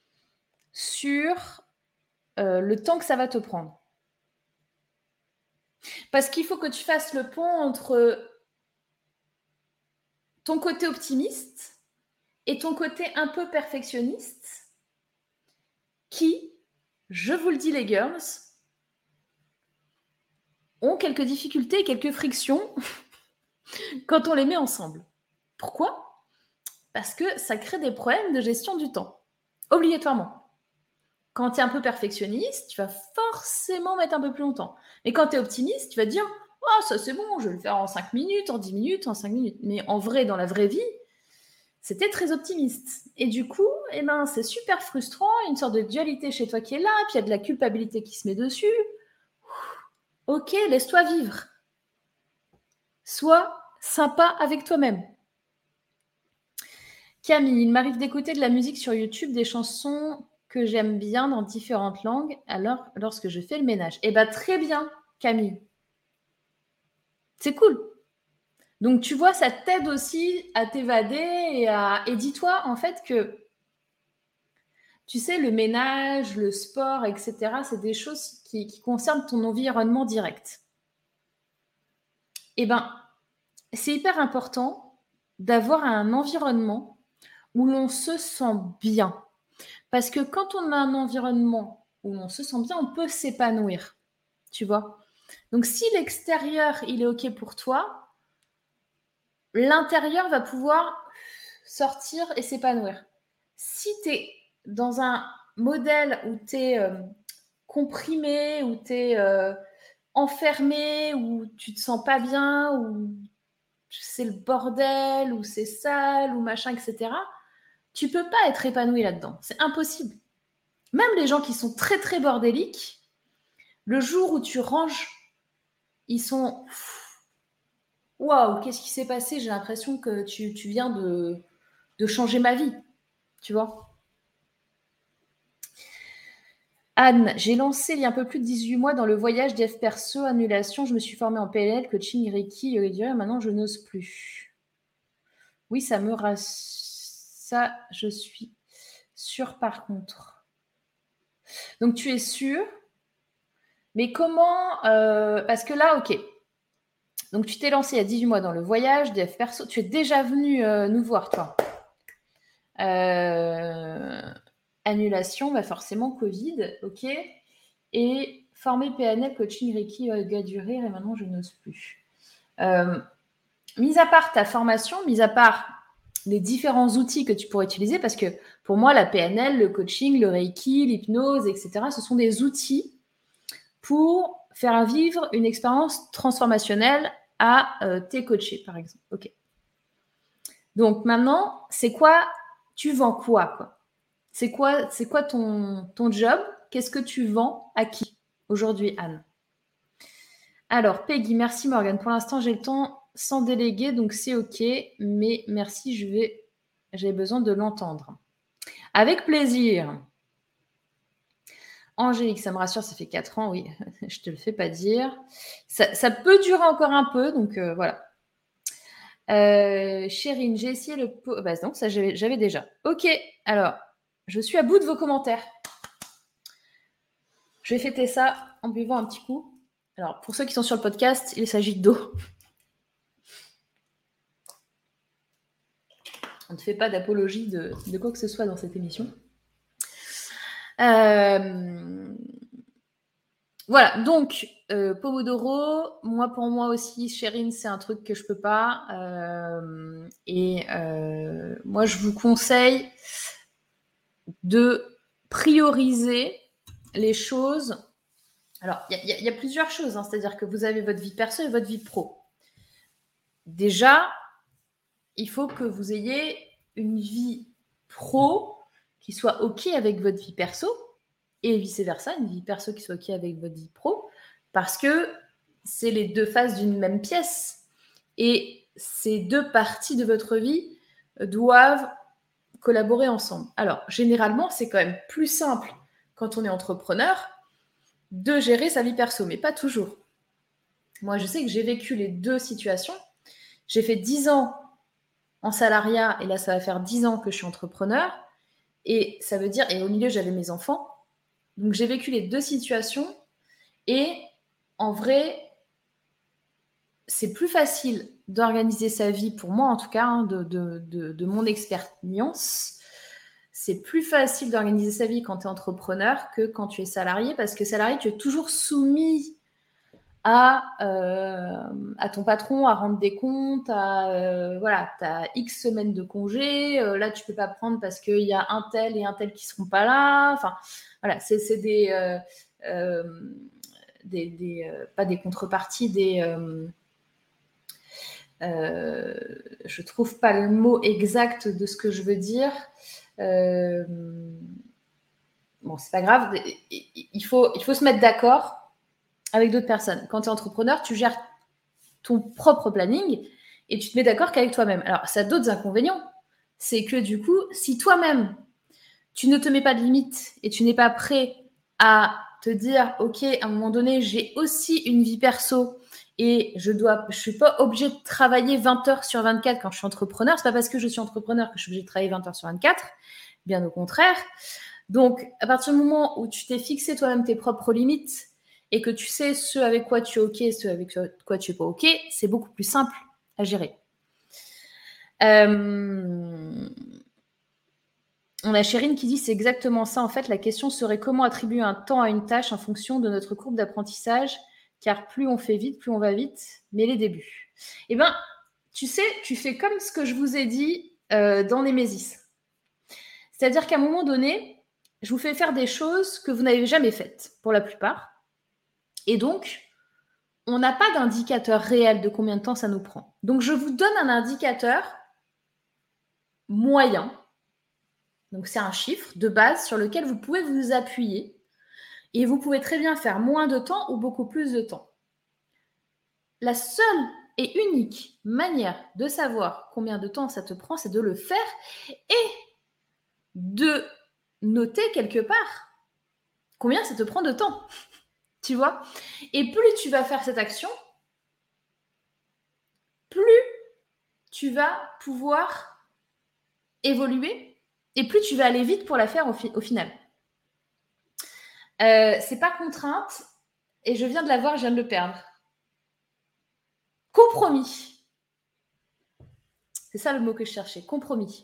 [SPEAKER 1] sur euh, le temps que ça va te prendre ? Parce qu'il faut que tu fasses le pont entre ton côté optimiste et ton côté un peu perfectionniste qui, je vous le dis les girls, ont quelques difficultés et quelques frictions quand on les met ensemble. Pourquoi ? Parce que ça crée des problèmes de gestion du temps, obligatoirement. Quand tu es un peu perfectionniste, tu vas forcément mettre un peu plus longtemps. Mais quand tu es optimiste, tu vas te dire « Oh, ça c'est bon, je vais le faire en cinq minutes, en dix minutes, en cinq minutes. » Mais en vrai, dans la vraie vie, c'était très optimiste. Et du coup, eh ben, c'est super frustrant, une sorte de dualité chez toi qui est là, puis il y a de la culpabilité qui se met dessus. Ok, laisse-toi vivre. Sois sympa avec toi-même. Camille, il m'arrive d'écouter de la musique sur YouTube, des chansons que j'aime bien dans différentes langues, alors lorsque je fais le ménage. Eh bien, très bien, Camille. C'est cool. Donc, tu vois, ça t'aide aussi à t'évader et à... Et dis-toi, en fait, que, tu sais, le ménage, le sport, et cetera, c'est des choses qui, qui concernent ton environnement direct. Eh bien, c'est hyper important d'avoir un environnement où l'on se sent bien. Parce que quand on a un environnement où on se sent bien, on peut s'épanouir, tu vois. Donc, si l'extérieur, il est OK pour toi, l'intérieur va pouvoir sortir et s'épanouir. Si tu es dans un modèle où tu es euh, comprimé, où tu es euh, enfermé, où tu te sens pas bien, où c'est le bordel, où c'est sale, ou machin, et cetera, tu peux pas être épanoui là-dedans. C'est impossible. Même les gens qui sont très, très bordéliques, le jour où tu ranges, ils sont... Waouh, qu'est-ce qui s'est passé ? J'ai l'impression que tu, tu viens de, de changer ma vie, tu vois. Anne, j'ai lancé il y a un peu plus de dix-huit mois dans le voyage dev perso, annulation, je me suis formée en P N L, coaching, Reiki, yoga, maintenant je n'ose plus. Oui, ça me rassure, ça je suis sûre par contre. Donc tu es sûre, mais comment, euh, parce que là, ok, donc tu t'es lancé il y a dix-huit mois dans le voyage dev perso, tu es déjà venu euh, nous voir toi. Euh, annulation, bah forcément Covid, ok. Et formé P N L, coaching, Reiki, yoga durée, et maintenant je n'ose plus. Euh, mis à part ta formation, mis à part les différents outils que tu pourrais utiliser, parce que pour moi, la P N L, le coaching, le Reiki, l'hypnose, et cetera, ce sont des outils pour faire vivre une expérience transformationnelle à euh, tes coachés, par exemple. Ok. Donc maintenant, c'est quoi ? Tu vends quoi, quoi ? C'est quoi, c'est quoi ton, ton job ? Qu'est-ce que tu vends à qui aujourd'hui, Anne ? Alors, Peggy, merci Morgane. Pour l'instant, j'ai le temps sans déléguer, donc c'est OK. Mais merci, je vais, j'ai besoin de l'entendre. Avec plaisir. Angélique, ça me rassure, ça fait quatre ans, oui, je te le fais pas dire. Ça, ça peut durer encore un peu, donc euh, voilà. Euh, Chérine, j'ai essayé le... Po- bah, donc ça, j'avais, j'avais déjà. Ok, alors, je suis à bout de vos commentaires. Je vais fêter ça en buvant un petit coup. Alors, pour ceux qui sont sur le podcast, il s'agit d'eau. On ne fait pas d'apologie de, de quoi que ce soit dans cette émission. Euh... Voilà, donc, euh, Pomodoro, moi pour moi aussi, Chérine, c'est un truc que je peux pas. Euh, et euh, moi, je vous conseille de prioriser les choses. Alors, il y, y, y a plusieurs choses, hein, c'est-à-dire que vous avez votre vie perso et votre vie pro. Déjà, il faut que vous ayez une vie pro qui soit OK avec votre vie perso et vice-versa, une vie perso qui soit OK avec votre vie pro, parce que c'est les deux faces d'une même pièce. Et ces deux parties de votre vie doivent collaborer ensemble. Alors, généralement, c'est quand même plus simple quand on est entrepreneur de gérer sa vie perso, mais pas toujours. Moi, je sais que j'ai vécu les deux situations. J'ai fait dix ans en salariat, et là, ça va faire dix ans que je suis entrepreneur. Et ça veut dire, et au milieu, j'avais mes enfants. Donc, j'ai vécu les deux situations. Et en vrai, c'est plus facile d'organiser sa vie, pour moi en tout cas, hein, de, de, de, de mon expérience. C'est plus facile d'organiser sa vie quand tu es entrepreneur que quand tu es salarié, parce que salarié, tu es toujours soumis à, euh, à ton patron, à rendre des comptes, à, euh, voilà, tu as X semaines de congé, euh, là, tu peux pas prendre parce qu'il y a un tel et un tel qui seront pas là. Enfin, voilà, c'est, c'est des, euh, euh, des, des euh, pas des contreparties, des... Euh, euh, je trouve pas le mot exact de ce que je veux dire. Euh, bon, c'est pas grave. Il faut, il faut se mettre d'accord avec d'autres personnes. Quand tu es entrepreneur, tu gères ton propre planning et tu te mets d'accord qu'avec toi-même. Alors, ça a d'autres inconvénients. C'est que du coup, si toi-même, tu ne te mets pas de limites et tu n'es pas prêt à te dire, OK, à un moment donné, j'ai aussi une vie perso et je dois, je suis pas obligée de travailler vingt heures sur vingt-quatre quand je suis entrepreneur. C'est pas parce que je suis entrepreneur que je suis obligée de travailler vingt heures sur vingt-quatre. Bien au contraire. Donc, à partir du moment où tu t'es fixé toi-même tes propres limites et que tu sais ce avec quoi tu es OK et ce avec quoi tu n'es pas OK, c'est beaucoup plus simple à gérer. Euh... On a Chérine qui dit c'est exactement ça. En fait, la question serait comment attribuer un temps à une tâche en fonction de notre courbe d'apprentissage, car plus on fait vite, plus on va vite, mais les débuts. Eh bien, tu sais, tu fais comme ce que je vous ai dit euh, dans Némésis. C'est-à-dire qu'à un moment donné, je vous fais faire des choses que vous n'avez jamais faites, pour la plupart. Et donc, on n'a pas d'indicateur réel de combien de temps ça nous prend. Donc, je vous donne un indicateur moyen. Donc, c'est un chiffre de base sur lequel vous pouvez vous appuyer. Et vous pouvez très bien faire moins de temps ou beaucoup plus de temps. La seule et unique manière de savoir combien de temps ça te prend, c'est de le faire et de noter quelque part combien ça te prend de temps. Tu vois ? Et plus tu vas faire cette action, plus tu vas pouvoir évoluer et plus tu vas aller vite pour la faire au, fi- au final. Euh, c'est pas contrainte et je viens de la voir, je viens de le perdre. Compromis. C'est ça le mot que je cherchais, compromis.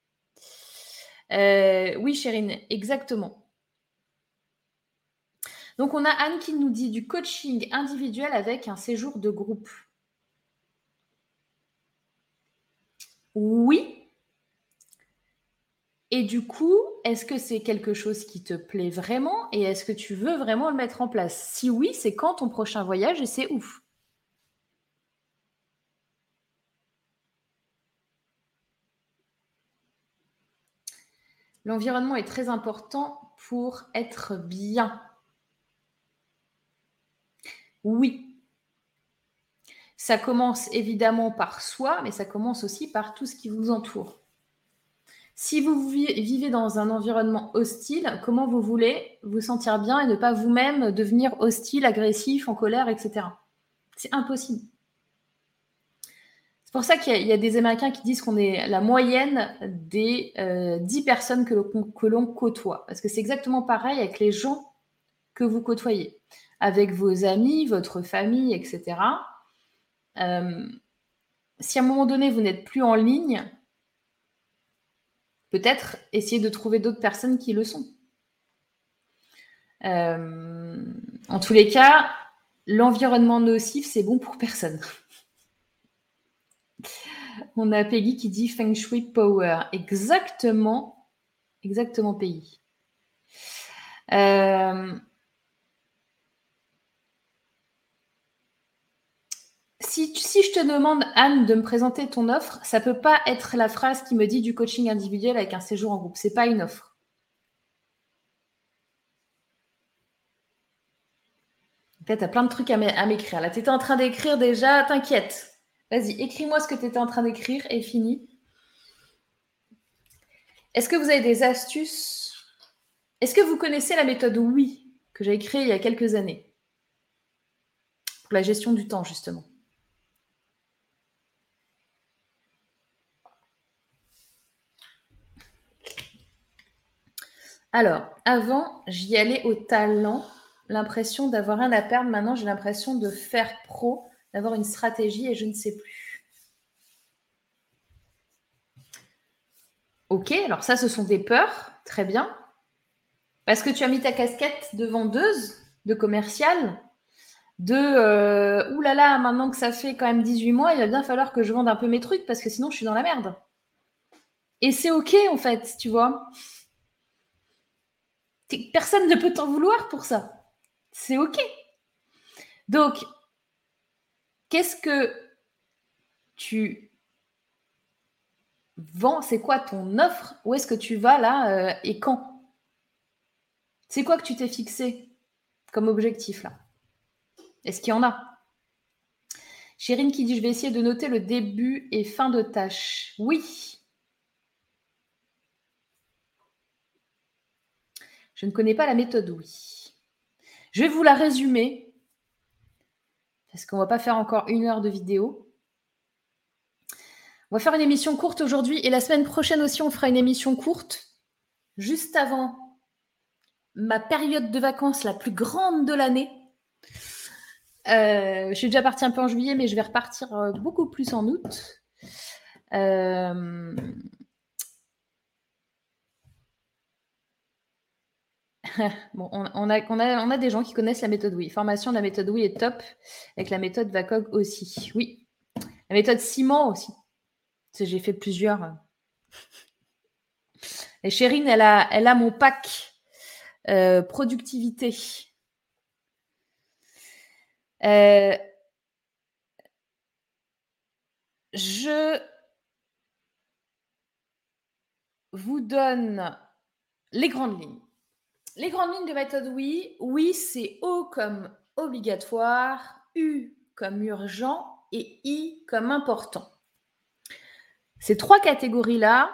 [SPEAKER 1] Euh, oui, Chérine, exactement. Donc, on a Anne qui nous dit du coaching individuel avec un séjour de groupe. Oui. Et du coup, est-ce que c'est quelque chose qui te plaît vraiment et est-ce que tu veux vraiment le mettre en place ? Si oui, c'est quand ton prochain voyage et c'est ouf. L'environnement est très important pour être bien. Oui. Ça commence évidemment par soi, mais ça commence aussi par tout ce qui vous entoure. Si vous vivez dans un environnement hostile, comment vous voulez vous sentir bien et ne pas vous-même devenir hostile, agressif, en colère, et cetera. C'est impossible. C'est pour ça qu'il y, y a des Américains qui disent qu'on est la moyenne des euh, dix personnes que l'on, que l'on côtoie. Parce que c'est exactement pareil avec les gens que vous côtoyez. Avec vos amis, votre famille, et cetera. Euh, si à un moment donné, vous n'êtes plus en ligne, peut-être essayer de trouver d'autres personnes qui le sont. Euh, en tous les cas, l'environnement nocif, c'est bon pour personne. On a Peggy qui dit Feng Shui Power. Exactement. Exactement, Peggy. Euh, si, si je te demande, Anne, de me présenter ton offre, ça ne peut pas être la phrase qui me dit du coaching individuel avec un séjour en groupe. Ce n'est pas une offre. Peut-être tu as plein de trucs à m'écrire. Là, tu étais en train d'écrire déjà. T'inquiète. Vas-y, écris-moi ce que tu étais en train d'écrire et fini. Est-ce que vous avez des astuces? Est-ce que vous connaissez la méthode Oui que j'ai créée il y a quelques années pour la gestion du temps, justement? Alors, avant, j'y allais au talent, l'impression d'avoir rien à perdre. Maintenant, j'ai l'impression de faire pro, d'avoir une stratégie et je ne sais plus. Ok, alors ça, ce sont des peurs. Très bien. Parce que tu as mis ta casquette de vendeuse, de commerciale, de euh, ouh là là, maintenant que ça fait quand même dix-huit mois, il va bien falloir que je vende un peu mes trucs parce que sinon, je suis dans la merde. Et c'est ok, en fait, tu vois. Personne ne peut t'en vouloir pour ça. C'est ok. Donc, qu'est-ce que tu vends? C'est quoi ton offre? Où est-ce que tu vas là euh, et quand? C'est quoi que tu t'es fixé comme objectif là? Est-ce qu'il y en a? Chérine qui dit, je vais essayer de noter le début et fin de tâche. Oui. Je ne connais pas la méthode oui. Je vais vous la résumer parce qu'on ne va pas faire encore une heure de vidéo. On va faire une émission courte aujourd'hui et la semaine prochaine aussi, on fera une émission courte juste avant ma période de vacances la plus grande de l'année. Euh, je suis déjà partie un peu en juillet, mais je vais repartir euh, beaucoup plus en août. Euh... bon, on, on, a, on, a, on a des gens qui connaissent la méthode oui. Formation de la méthode oui est top, avec la méthode VACOG aussi. Oui. La méthode ciment aussi. J'ai fait plusieurs. Et Chérine, elle a, elle a mon pack euh, productivité. Euh, je vous donne les grandes lignes. Les grandes lignes de méthode oui. Oui, c'est O comme obligatoire, U comme urgent et I comme important. Ces trois catégories-là,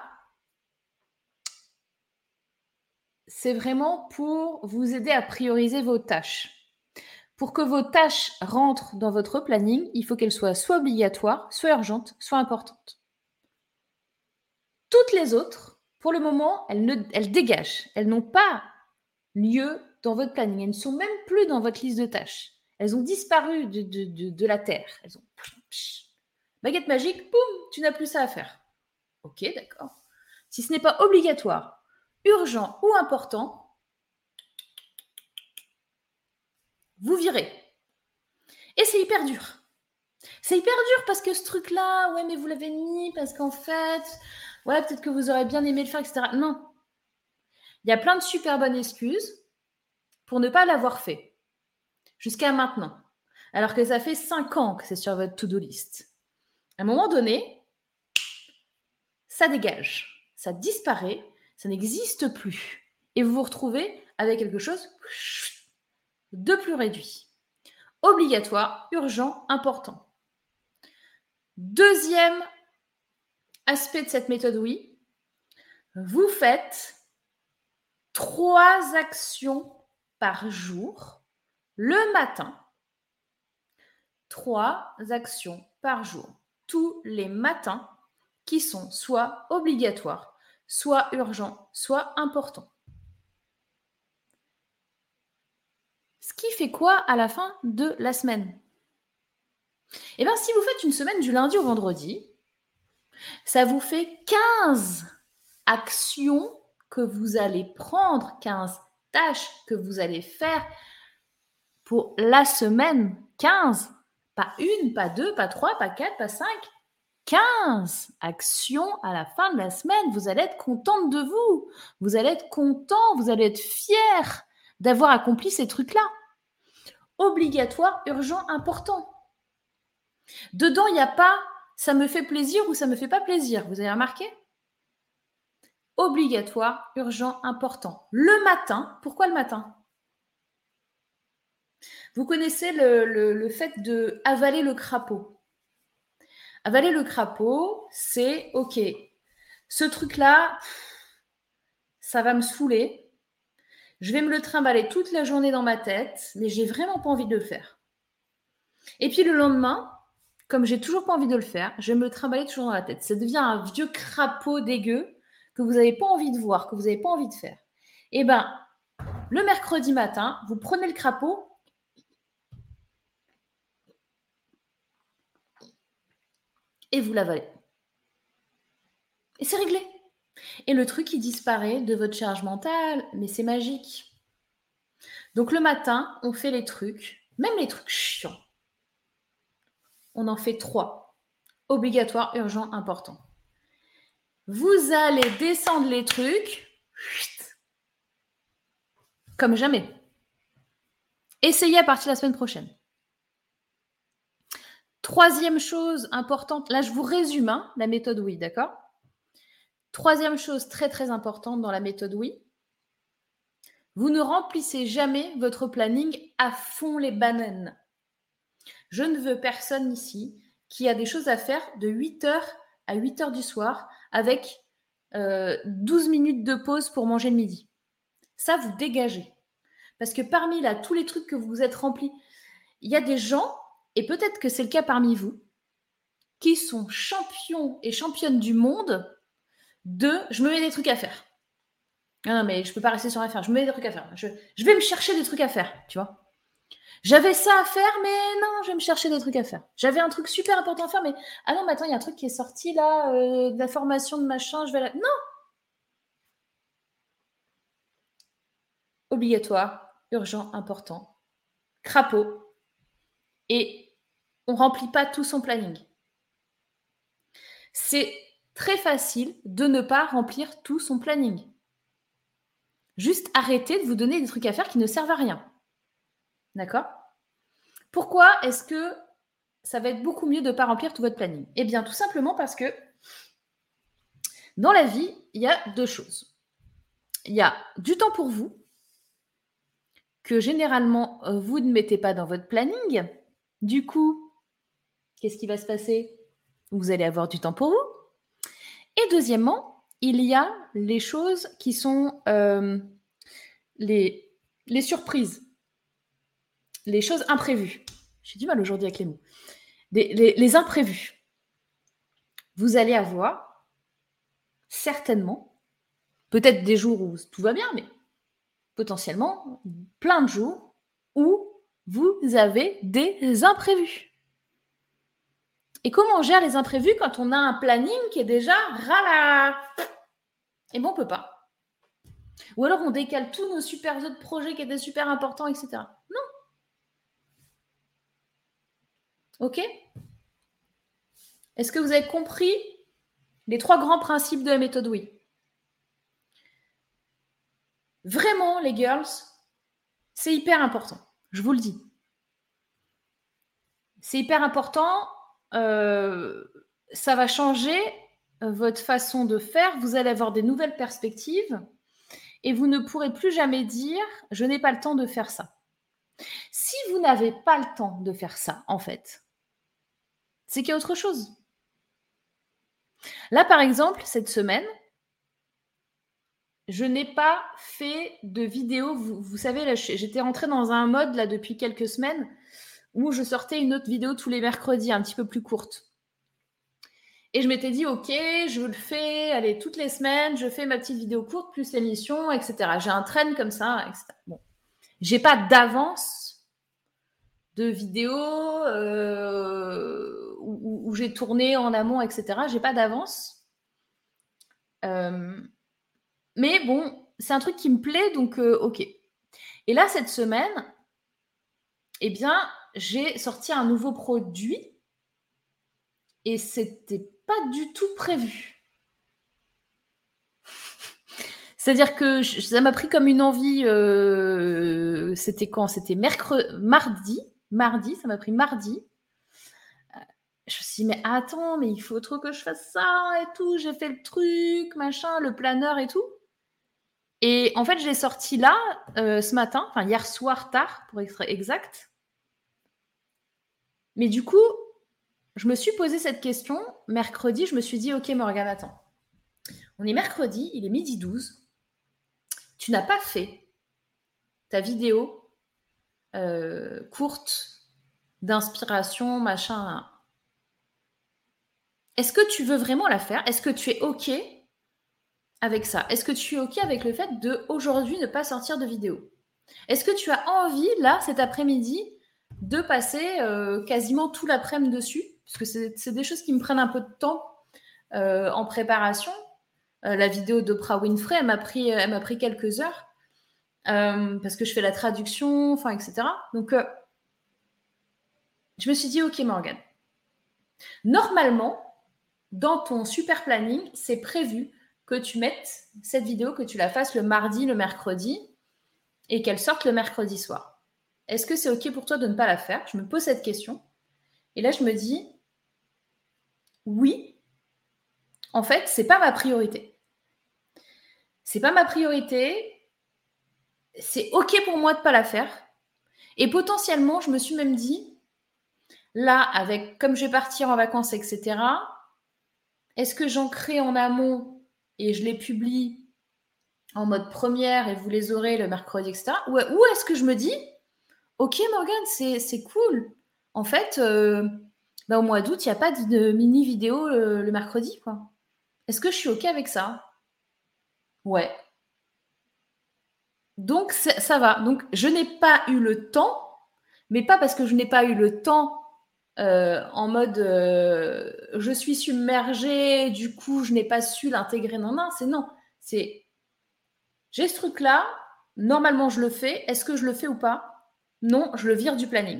[SPEAKER 1] c'est vraiment pour vous aider à prioriser vos tâches. Pour que vos tâches rentrent dans votre planning, il faut qu'elles soient soit obligatoires, soit urgentes, soit importantes. Toutes les autres, pour le moment, elles, ne, elles dégagent. Elles n'ont pas lieu dans votre planning. Elles ne sont même plus dans votre liste de tâches. Elles ont disparu de, de, de, de la Terre. Elles ont... Baguette magique, boum, tu n'as plus ça à faire. Ok, d'accord. Si ce n'est pas obligatoire, urgent ou important, vous virez. Et c'est hyper dur. C'est hyper dur parce que ce truc-là, ouais, mais vous l'avez mis parce qu'en fait, ouais, peut-être que vous aurez bien aimé le faire, et cetera. Non. Il y a plein de super bonnes excuses pour ne pas l'avoir fait jusqu'à maintenant. Alors que ça fait cinq ans que c'est sur votre to-do list. À un moment donné, ça dégage, ça disparaît, ça n'existe plus. Et vous vous retrouvez avec quelque chose de plus réduit. Obligatoire, urgent, important. Deuxième aspect de cette méthode oui, Vous faites trois actions par jour le matin. Trois actions par jour, tous les matins, qui sont soit obligatoires, soit urgents, soit importants. Ce qui fait quoi à la fin de la semaine? Eh bien, si vous faites une semaine du lundi au vendredi, ça vous fait quinze actions que vous allez prendre, quinze tâches que vous allez faire pour la semaine. quinze, pas une, pas deux, pas trois, pas quatre, pas cinq, quinze actions à la fin de la semaine. Vous allez être contente de vous. Vous allez être content, vous allez être fier d'avoir accompli ces trucs-là. Obligatoire, urgent, important. Dedans, il n'y a pas « ça me fait plaisir » ou « ça me fait pas plaisir ». Vous avez remarqué? Obligatoire, urgent, important. Le matin, pourquoi le matin? Vous connaissez le, le, le fait de avaler le crapaud. Avaler le crapaud, c'est « ok, ce truc-là, ça va me saouler. Je vais me le trimballer toute la journée dans ma tête, mais j'ai vraiment pas envie de le faire. » Et puis le lendemain, comme j'ai toujours pas envie de le faire, je vais me le trimballer toujours dans la tête. Ça devient un vieux crapaud dégueu que vous n'avez pas envie de voir, que vous n'avez pas envie de faire. Eh bien, le mercredi matin, vous prenez le crapaud et vous l'avalez. Et c'est réglé. Et le truc, il disparaît de votre charge mentale, mais c'est magique. Donc le matin, on fait les trucs, même les trucs chiants. On en fait trois. Obligatoire, urgent, important. Vous allez descendre les trucs comme jamais. Essayez à partir de la semaine prochaine. Troisième chose importante, là je vous résume hein, la méthode oui, d'accord? Troisième chose très très importante dans la méthode oui, vous ne remplissez jamais votre planning à fond les bananes. Je ne veux personne ici qui a des choses à faire de huit heures à huit heures du soir avec euh, douze minutes de pause pour manger le midi. Ça, vous dégagez. Parce que parmi là, tous les trucs que vous vous êtes remplis, il y a des gens, et peut-être que c'est le cas parmi vous, qui sont champions et championnes du monde de « je me mets des trucs à faire ». Non, mais je ne peux pas rester sur à faire, je me mets des trucs à faire. Je, je vais me chercher des trucs à faire, tu vois. J'avais ça à faire, mais non, je vais me chercher des trucs à faire. J'avais un truc super important à faire, mais ah non, mais attends, il y a un truc qui est sorti là, euh, de la formation de machin, je vais la... Non! Obligatoire, urgent, important, crapaud, et on ne remplit pas tout son planning. C'est très facile de ne pas remplir tout son planning. Juste arrêtez de vous donner des trucs à faire qui ne servent à rien. D'accord? Pourquoi est-ce que ça va être beaucoup mieux de ne pas remplir tout votre planning? Eh bien, tout simplement parce que dans la vie, il y a deux choses. Il y a du temps pour vous, que généralement, vous ne mettez pas dans votre planning. Du coup, qu'est-ce qui va se passer? Vous allez avoir du temps pour vous. Et deuxièmement, il y a les choses qui sont euh, les, les surprises, les choses imprévues. J'ai du mal aujourd'hui avec les mots. Les, les, les imprévus. Vous allez avoir certainement, peut-être des jours où tout va bien, mais potentiellement plein de jours où vous avez des imprévus. Et comment on gère les imprévus quand on a un planning qui est déjà rala? Et bon, on ne peut pas. Ou alors on décale tous nos super autres projets qui étaient super importants, et cetera. Non. Ok? Est-ce que vous avez compris les trois grands principes de la méthode oui? Vraiment, les girls, c'est hyper important. Je vous le dis. C'est hyper important. Euh, ça va changer votre façon de faire. Vous allez avoir des nouvelles perspectives et vous ne pourrez plus jamais dire « je n'ai pas le temps de faire ça ». Si vous n'avez pas le temps de faire ça, en fait, c'est qu'il y a autre chose. Là, par exemple, cette semaine, je n'ai pas fait de vidéo. Vous, vous savez, là, j'étais rentrée dans un mode là depuis quelques semaines où je sortais une autre vidéo tous les mercredis, un petit peu plus courte. Et je m'étais dit, ok, je le fais, allez, toutes les semaines, je fais ma petite vidéo courte, plus l'émission, et cetera. J'ai un train comme ça, et cetera. Bon. J'ai pas d'avance de vidéos euh, où, où j'ai tourné en amont, et cetera. J'ai pas d'avance. Euh, mais bon, c'est un truc qui me plaît, donc euh, ok. Et là, cette semaine, eh bien, j'ai sorti un nouveau produit et c'était pas du tout prévu. C'est-à-dire que je, ça m'a pris comme une envie. Euh, c'était quand? C'était mercredi, mardi. Mardi, ça m'a pris mardi. Euh, je me suis dit, mais attends, mais il faut trop que je fasse ça et tout. J'ai fait le truc, machin, le planeur et tout. Et en fait, je l'ai sorti là, euh, ce matin, enfin hier soir tard, pour être exact. Mais du coup, je me suis posé cette question. Mercredi, je me suis dit, ok, Morgane, attends. On est mercredi, il est midi douze. Tu n'as pas fait ta vidéo euh, courte d'inspiration, machin. Est-ce que tu veux vraiment la faire? Est-ce que tu es OK avec ça? Est-ce que tu es OK avec le fait de aujourd'hui ne pas sortir de vidéo? Est-ce que tu as envie, là, cet après-midi, de passer euh, quasiment tout l'après-midi dessus? Parce que c'est, c'est des choses qui me prennent un peu de temps euh, en préparation. Euh, la vidéo d'Oprah Winfrey, elle m'a pris, elle m'a pris quelques heures euh, parce que je fais la traduction, enfin, et cetera. Donc, euh, je me suis dit, OK, Morgane, normalement, dans ton super planning, c'est prévu que tu mettes cette vidéo, que tu la fasses le mardi, le mercredi, et qu'elle sorte le mercredi soir. Est-ce que c'est OK pour toi de ne pas la faire? Je me pose cette question. Et là, je me dis, oui, en fait, c'est pas ma priorité. C'est pas ma priorité. C'est OK pour moi de ne pas la faire. Et potentiellement, je me suis même dit, là, avec comme je vais partir en vacances, et cetera, est-ce que j'en crée en amont et je les publie en mode première et vous les aurez le mercredi, et cetera. Ou, ou est-ce que je me dis, ok Morgane, c'est, c'est cool. En fait, euh, bah, au mois d'août, il n'y a pas de mini vidéo le, le mercredi, quoi. Est-ce que je suis ok avec ça? Ouais. Donc, ça va. Donc, je n'ai pas eu le temps, mais pas parce que je n'ai pas eu le temps euh, en mode euh, je suis submergée, du coup, je n'ai pas su l'intégrer. Non, non, c'est non. C'est j'ai ce truc-là, normalement je le fais. Est-ce que je le fais ou pas? Non, je le vire du planning.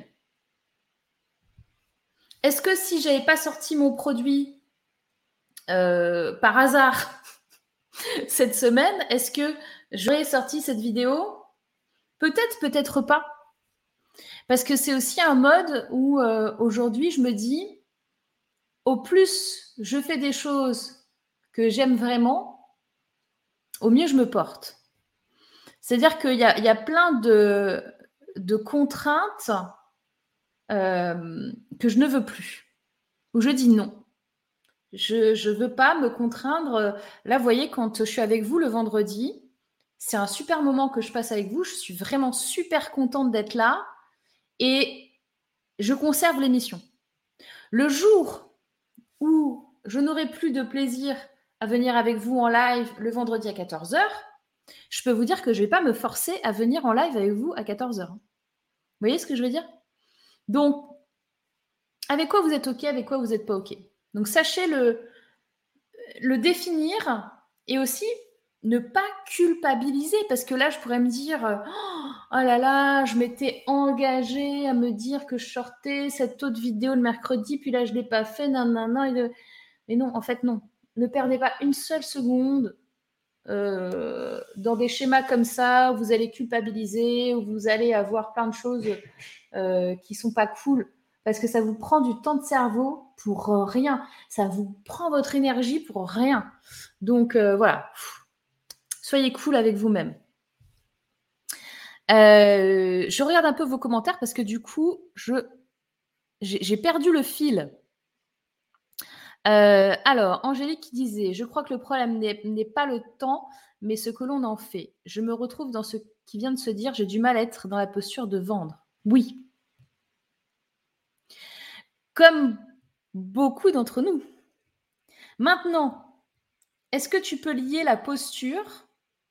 [SPEAKER 1] Est-ce que si j'avais pas sorti mon produit euh, par hasard cette semaine, est-ce que j'aurais sorti cette vidéo? Peut-être, peut-être pas. Parce que c'est aussi un mode où euh, aujourd'hui je me dis, au plus je fais des choses que j'aime vraiment, au mieux je me porte. C'est-à-dire qu'il y a, il y a plein de, de contraintes euh, que je ne veux plus, où je dis non. Je ne veux pas me contraindre. Là, vous voyez, quand je suis avec vous le vendredi, c'est un super moment que je passe avec vous. Je suis vraiment super contente d'être là et je conserve l'émission. Le jour où je n'aurai plus de plaisir à venir avec vous en live le vendredi à quatorze heures, je peux vous dire que je ne vais pas me forcer à venir en live avec vous à quatorze heures. Vous voyez ce que je veux dire? Donc, avec quoi vous êtes OK, avec quoi vous n'êtes pas OK. Donc, sachez le, le définir et aussi ne pas culpabiliser parce que là, je pourrais me dire oh là là, je m'étais engagée à me dire que je sortais cette autre vidéo le mercredi, puis là, je ne l'ai pas fait, nan, nan, nan, et mais non, en fait, non. Ne perdez pas une seule seconde euh, dans des schémas comme ça où vous allez culpabiliser, où vous allez avoir plein de choses euh, qui ne sont pas cool parce que ça vous prend du temps de cerveau pour euh, rien. Ça vous prend votre énergie pour rien. Donc, euh, voilà. Soyez cool avec vous-même. Euh, je regarde un peu vos commentaires parce que du coup, je, j'ai, j'ai perdu le fil. Euh, alors, Angélique qui disait, je crois que le problème n'est, n'est pas le temps, mais ce que l'on en fait. Je me retrouve dans ce qui vient de se dire, j'ai du mal à être dans la posture de vendre. Oui. Comme beaucoup d'entre nous. Maintenant, est-ce que tu peux lier la posture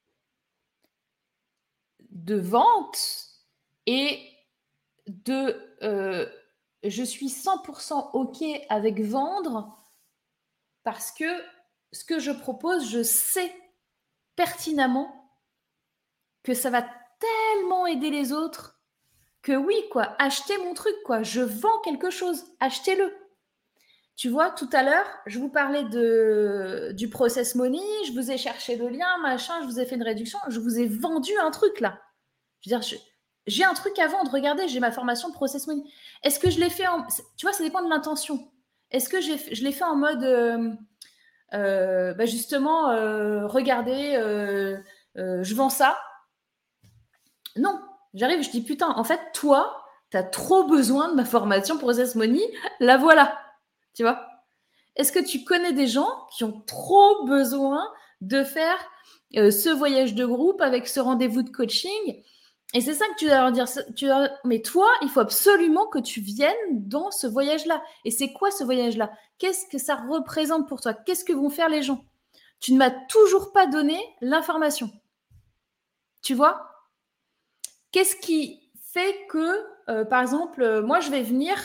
[SPEAKER 1] de vente et de euh, je suis cent pour cent OK avec vendre parce que ce que je propose, je sais pertinemment que ça va tellement aider les autres que oui, quoi, achetez mon truc, quoi, je vends quelque chose, achetez-le. Tu vois, tout à l'heure, je vous parlais de, du process money, je vous ai cherché le lien, machin, je vous ai fait une réduction, je vous ai vendu un truc là. Je veux dire, je, j'ai un truc à vendre, regardez, j'ai ma formation process money. Est-ce que je l'ai fait en... Tu vois, ça dépend de l'intention. Est-ce que j'ai, je l'ai fait en mode, euh, euh, bah justement, euh, regardez, euh, euh, je vends ça. Non, j'arrive, je dis, putain, en fait, toi, tu as trop besoin de ma formation process money, la voilà. Tu vois? Est-ce que tu connais des gens qui ont trop besoin de faire euh, ce voyage de groupe avec ce rendez-vous de coaching? Et c'est ça que tu dois leur dire. Tu dois, mais toi, il faut absolument que tu viennes dans ce voyage-là. Et c'est quoi ce voyage-là? Qu'est-ce que ça représente pour toi? Qu'est-ce que vont faire les gens? Tu ne m'as toujours pas donné l'information. Tu vois? Qu'est-ce qui fait que, euh, par exemple, euh, moi, je vais venir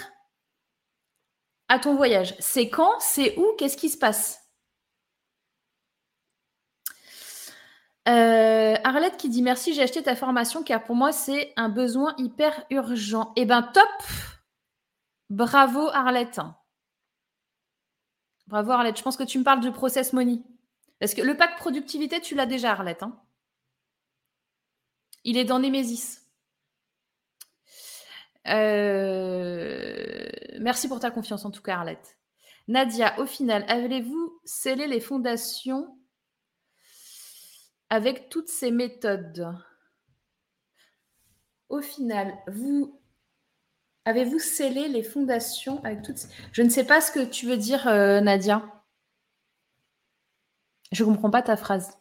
[SPEAKER 1] à ton voyage? C'est quand? C'est où? Qu'est-ce qui se passe? Euh, Arlette qui dit merci, j'ai acheté ta formation car pour moi c'est un besoin hyper urgent. Eh ben top, bravo Arlette. Bravo Arlette, je pense que tu me parles du process money. Parce que le pack productivité, tu l'as déjà Arlette. Hein. Il est dans Nemesis. Euh... Merci pour ta confiance en tout cas Arlette. Nadia, au final, avez-vous scellé les fondations avec toutes ces méthodes? Au final, vous avez-vous scellé les fondations avec toutes ces... Je ne sais pas ce que tu veux dire, euh, Nadia. Je ne comprends pas ta phrase.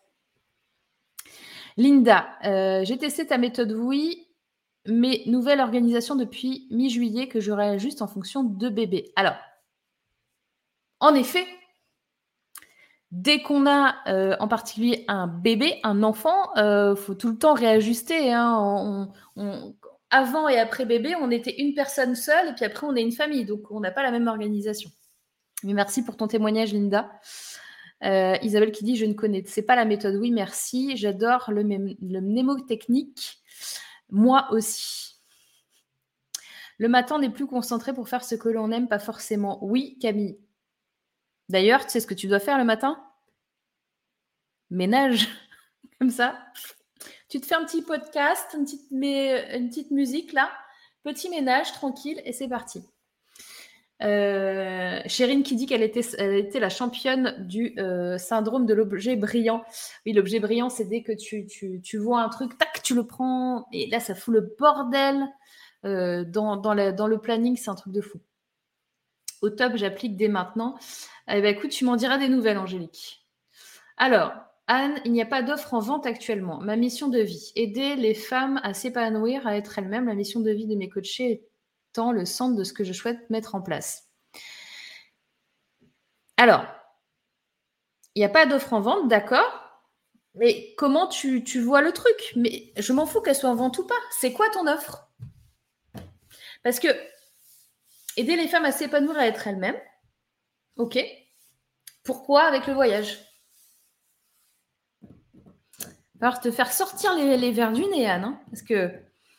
[SPEAKER 1] Linda, euh, j'ai testé ta méthode, oui, mais nouvelle organisation depuis mi-juillet que je réajuste en fonction de bébé. Alors, en effet, dès qu'on a euh, en particulier un bébé, un enfant, il euh, faut tout le temps réajuster. Hein. On, on, avant et après bébé, on était une personne seule et puis après, on est une famille. Donc, on n'a pas la même organisation. Mais merci pour ton témoignage, Linda. Euh, Isabelle qui dit « Je ne connaissais pas la méthode. Oui, merci. J'adore le, mé- le mnémotechnique. Moi aussi. Le matin, on est plus concentré pour faire ce que l'on aime, pas forcément. Oui, Camille. D'ailleurs, tu sais ce que tu dois faire le matin? Ménage. Comme ça. Tu te fais un petit podcast, une petite, mais, une petite musique là. Petit ménage, tranquille, et c'est parti. Euh, Chérine qui dit qu'elle était, elle était la championne du euh, syndrome de l'objet brillant. Oui, l'objet brillant, c'est dès que tu, tu, tu vois un truc, tac, tu le prends, et là, ça fout le bordel euh, dans, dans, la, dans le planning, c'est un truc de fou. Au top, j'applique dès maintenant. Eh ben, écoute, tu m'en diras des nouvelles, Angélique. Alors, Anne, il n'y a pas d'offre en vente actuellement. Ma mission de vie, aider les femmes à s'épanouir, à être elles-mêmes. La mission de vie de mes coachés étant le centre de ce que je souhaite mettre en place. Alors, il n'y a pas d'offre en vente, d'accord, mais comment tu, tu vois le truc? Mais je m'en fous qu'elle soit en vente ou pas. C'est quoi ton offre? Parce que aider les femmes à s'épanouir, à être elles-mêmes, ok. Pourquoi avec le voyage? Il va falloir te faire sortir les, les verres du nez, Anne, hein, parce que...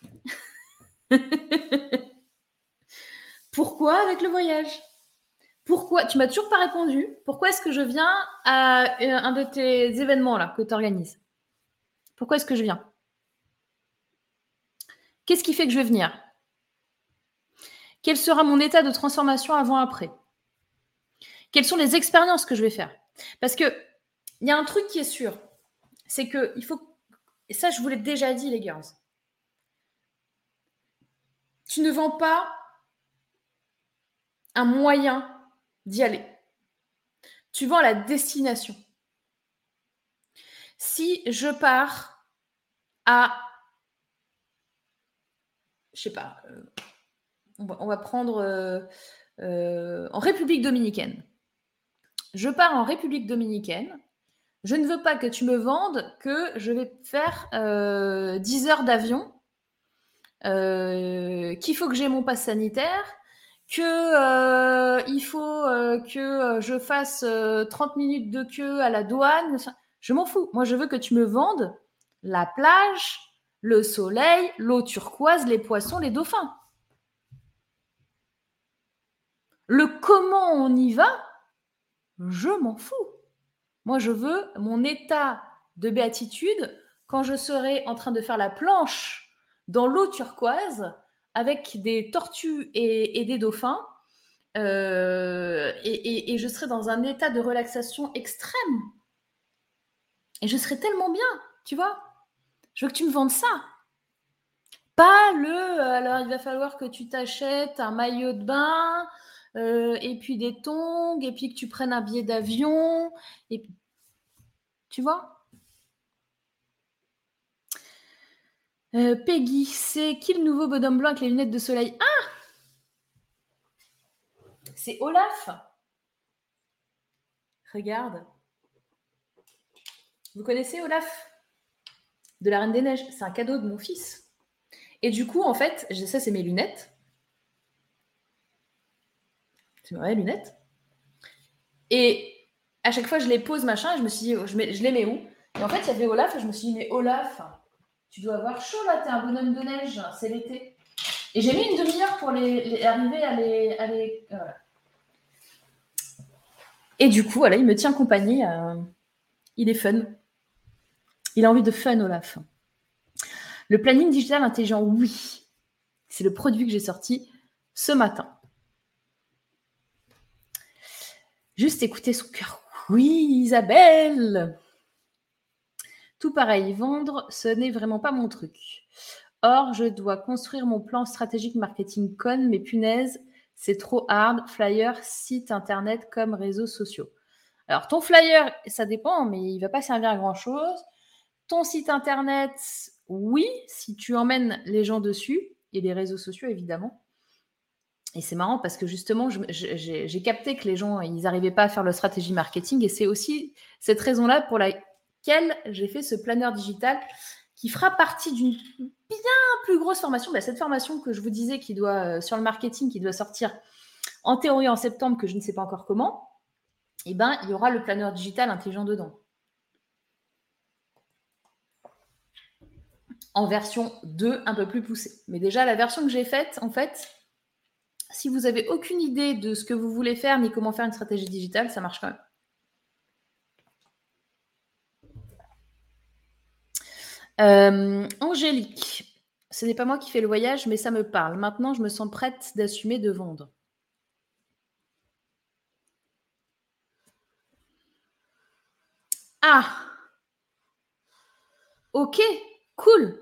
[SPEAKER 1] Pourquoi avec le voyage? Pourquoi? Tu m'as toujours pas répondu. Pourquoi est-ce que je viens à un de tes événements là que tu organises? Pourquoi est-ce que je viens? Qu'est-ce qui fait que je vais venir? Quel sera mon état de transformation avant-après? Quelles sont les expériences que je vais faire? Parce que il y a un truc qui est sûr, c'est que il faut, et ça je vous l'ai déjà dit les girls, tu ne vends pas un moyen d'y aller. Tu vends la destination. Si je pars à, je sais pas, euh, on, va, on va prendre euh, euh, en République dominicaine. Je pars en République dominicaine. Je ne veux pas que tu me vendes que je vais faire euh, dix heures d'avion, euh, qu'il faut que j'ai mon pass sanitaire, que euh, il faut euh, que je fasse euh, trente minutes de queue à la douane. Je m'en fous. Moi, je veux que tu me vendes la plage, le soleil, l'eau turquoise, les poissons, les dauphins. Le comment on y va, je m'en fous. Moi, je veux mon état de béatitude quand je serai en train de faire la planche dans l'eau turquoise avec des tortues et, et des dauphins. Euh, et, et, et je serai dans un état de relaxation extrême. Et je serai tellement bien, tu vois. Je veux que tu me vendes ça. Pas le, alors il va falloir que tu t'achètes un maillot de bain, euh, et puis des tongs, et puis que tu prennes un billet d'avion, et puis, tu vois. Euh, Peggy, c'est qui le nouveau bonhomme blanc avec les lunettes de soleil? Ah, c'est Olaf. Regarde. Vous connaissez Olaf de la Reine des Neiges? C'est un cadeau de mon fils. Et du coup, en fait, ça, c'est mes lunettes. C'est mes vraies lunettes. Et à chaque fois, je les pose, machin, et je me suis dit, je, mets, je les mets où? Et en fait, il y avait Olaf, et je me suis dit, mais Olaf, tu dois avoir chaud là, t'es un bonhomme de neige, c'est l'été. Et j'ai mis une demi-heure pour les, les, arriver à les. À les euh, voilà. Et du coup, voilà, il me tient compagnie. Euh, il est fun. Il a envie de fun, Olaf. Le planning digital intelligent, oui. C'est le produit que j'ai sorti ce matin. Juste écouter son cœur. Oui, Isabelle. Tout pareil, vendre, ce n'est vraiment pas mon truc. Or, je dois construire mon plan stratégique marketing con, mais punaise, c'est trop hard. Flyer, site internet comme réseaux sociaux. Alors, ton flyer, ça dépend, mais il ne va pas servir à grand-chose. Ton site internet, oui, si tu emmènes les gens dessus, et les réseaux sociaux, évidemment. Et c'est marrant parce que justement, je, je, j'ai, j'ai capté que les gens, ils n'arrivaient pas à faire leur stratégie marketing. Et c'est aussi cette raison-là pour laquelle j'ai fait ce planeur digital qui fera partie d'une bien plus grosse formation. Bah, cette formation que je vous disais qui doit, euh, sur le marketing, qui doit sortir en théorie en septembre, que je ne sais pas encore comment, eh ben, il y aura le planeur digital intelligent dedans. En version deux, un peu plus poussée. Mais déjà, la version que j'ai faite, en fait, si vous n'avez aucune idée de ce que vous voulez faire ni comment faire une stratégie digitale, ça marche quand même. Euh, Angélique, ce n'est pas moi qui fais le voyage, mais ça me parle. Maintenant, je me sens prête d'assumer de vendre. Ah, ok, cool.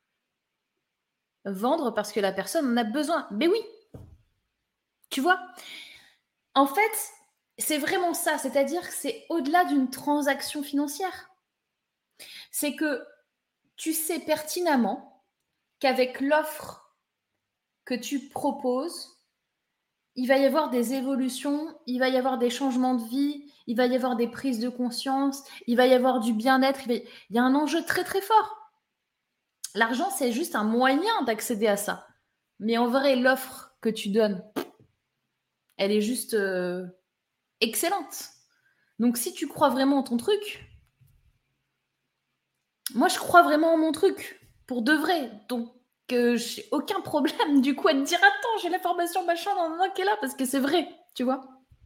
[SPEAKER 1] Vendre parce que la personne en a besoin. Mais oui, tu vois. En fait, c'est vraiment ça. C'est-à-dire que c'est au-delà d'une transaction financière. C'est que tu sais pertinemment qu'avec l'offre que tu proposes, il va y avoir des évolutions, il va y avoir des changements de vie, il va y avoir des prises de conscience, il va y avoir du bien-être. Il, va... il y a un enjeu très, très fort. L'argent, c'est juste un moyen d'accéder à ça. Mais en vrai, l'offre que tu donnes, elle est juste euh, excellente. Donc, si tu crois vraiment en ton truc, moi, je crois vraiment en mon truc, pour de vrai. Donc, euh, j'ai aucun problème, du coup, à te dire, attends, j'ai la formation machin, non, non, qui est là, parce que c'est vrai, tu vois.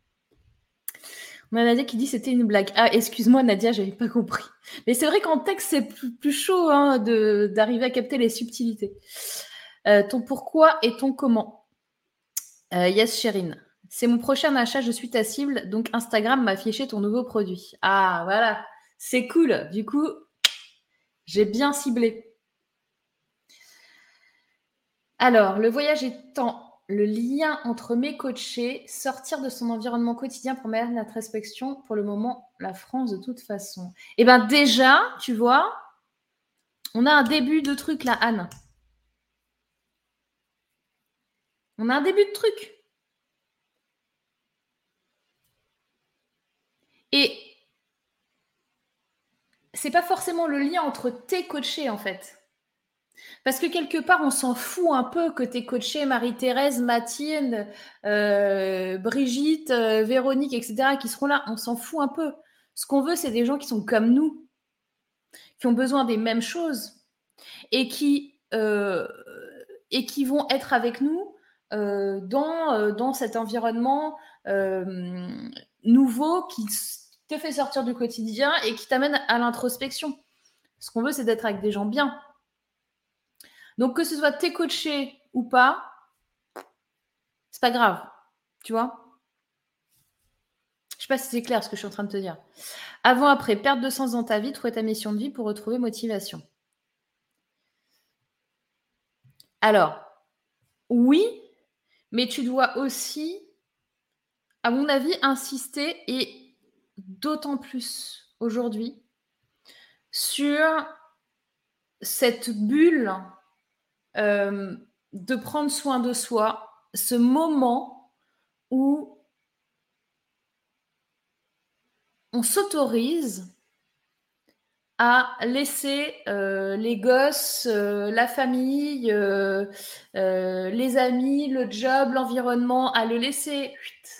[SPEAKER 1] On a Nadia qui dit c'était une blague. Ah, excuse-moi, Nadia, j'avais pas compris. Mais c'est vrai qu'en texte, c'est plus, plus chaud hein, de, d'arriver à capter les subtilités. Euh, ton pourquoi et ton comment. Euh, yes, Chérine. C'est mon prochain achat, je suis ta cible, donc Instagram m'a affiché ton nouveau produit. Ah, voilà. C'est cool. Du coup, j'ai bien ciblé. Alors, le voyage étant le lien entre mes coachés, sortir de son environnement quotidien pour mettre notre introspection, pour le moment, la France de toute façon. Eh bien déjà, tu vois, on a un début de truc là, Anne. On a un début de truc. Et c'est pas forcément le lien entre tes coachés, en fait. Parce que quelque part, on s'en fout un peu que tes coachés, Marie-Thérèse, Mathilde, euh, Brigitte, euh, Véronique, et cetera, qui seront là. On s'en fout un peu. Ce qu'on veut, c'est des gens qui sont comme nous, qui ont besoin des mêmes choses et qui, euh, et qui vont être avec nous euh, dans, euh, dans cet environnement euh, nouveau qui te fait sortir du quotidien et qui t'amène à l'introspection. Ce qu'on veut, c'est d'être avec des gens bien. Donc, que ce soit tes coachés ou pas, c'est pas grave, tu vois. Je sais pas si c'est clair ce que je suis en train de te dire. Avant, après, perte de sens dans ta vie, trouver ta mission de vie pour retrouver motivation. Alors, oui, mais tu dois aussi, à mon avis, insister, et d'autant plus aujourd'hui, sur cette bulle euh, de prendre soin de soi, ce moment où on s'autorise à laisser euh, les gosses, euh, la famille, euh, euh, les amis, le job, l'environnement, à le laisser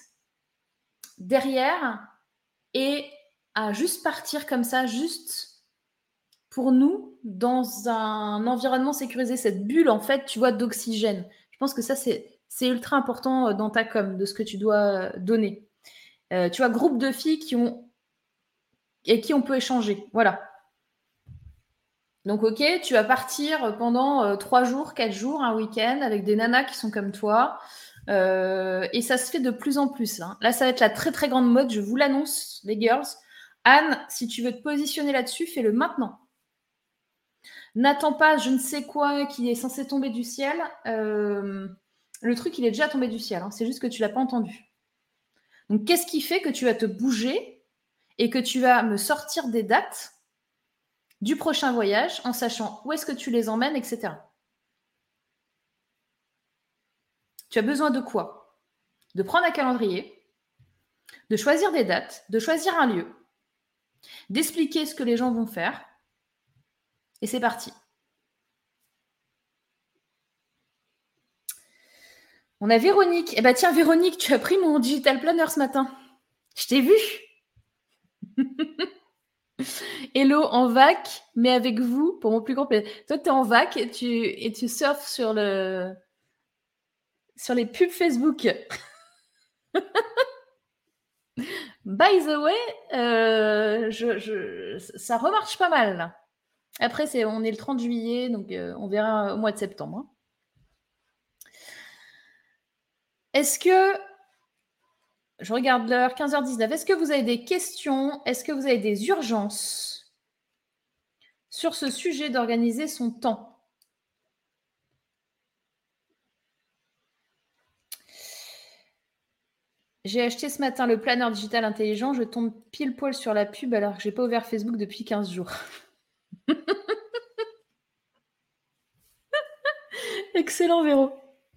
[SPEAKER 1] derrière et à juste partir comme ça, juste pour nous, dans un environnement sécurisé, cette bulle, en fait, tu vois, d'oxygène. Je pense que ça, c'est, c'est ultra important dans ta com, de ce que tu dois donner. Euh, tu vois, groupe de filles qui ont et qui on peut échanger. Voilà. Donc, ok, tu vas partir pendant euh, trois jours, quatre jours, un week-end avec des nanas qui sont comme toi. Euh, et ça se fait de plus en plus. Hein. Là, ça va être la très, très grande mode. Je vous l'annonce, les girls. Anne, si tu veux te positionner là-dessus, fais-le maintenant. N'attends pas je ne sais quoi qui est censé tomber du ciel. Euh, le truc, il est déjà tombé du ciel. Hein. C'est juste que tu ne l'as pas entendu. Donc, qu'est-ce qui fait que tu vas te bouger et que tu vas me sortir des dates du prochain voyage en sachant où est-ce que tu les emmènes, et cetera. Tu as besoin de quoi? De prendre un calendrier, de choisir des dates, de choisir un lieu, d'expliquer ce que les gens vont faire, et c'est parti. On a Véronique. Eh bien, tiens, Véronique, tu as pris mon digital planner ce matin. Je t'ai vu. Hello, en vac, mais avec vous, pour mon plus grand plaisir. Toi, tu es en vac et tu, et tu surfes sur, le, sur les pubs Facebook. By the way, euh, je, je, ça remarche pas mal, là. Après, c'est, on est le trente juillet, donc euh, on verra au mois de septembre. Hein. Est-ce que... Je regarde l'heure, quinze heures dix-neuf. Est-ce que vous avez des questions? Est-ce que vous avez des urgences sur ce sujet d'organiser son temps? J'ai acheté ce matin le planeur digital intelligent. Je tombe pile poil sur la pub alors que je n'ai pas ouvert Facebook depuis quinze jours. Excellent, Véro.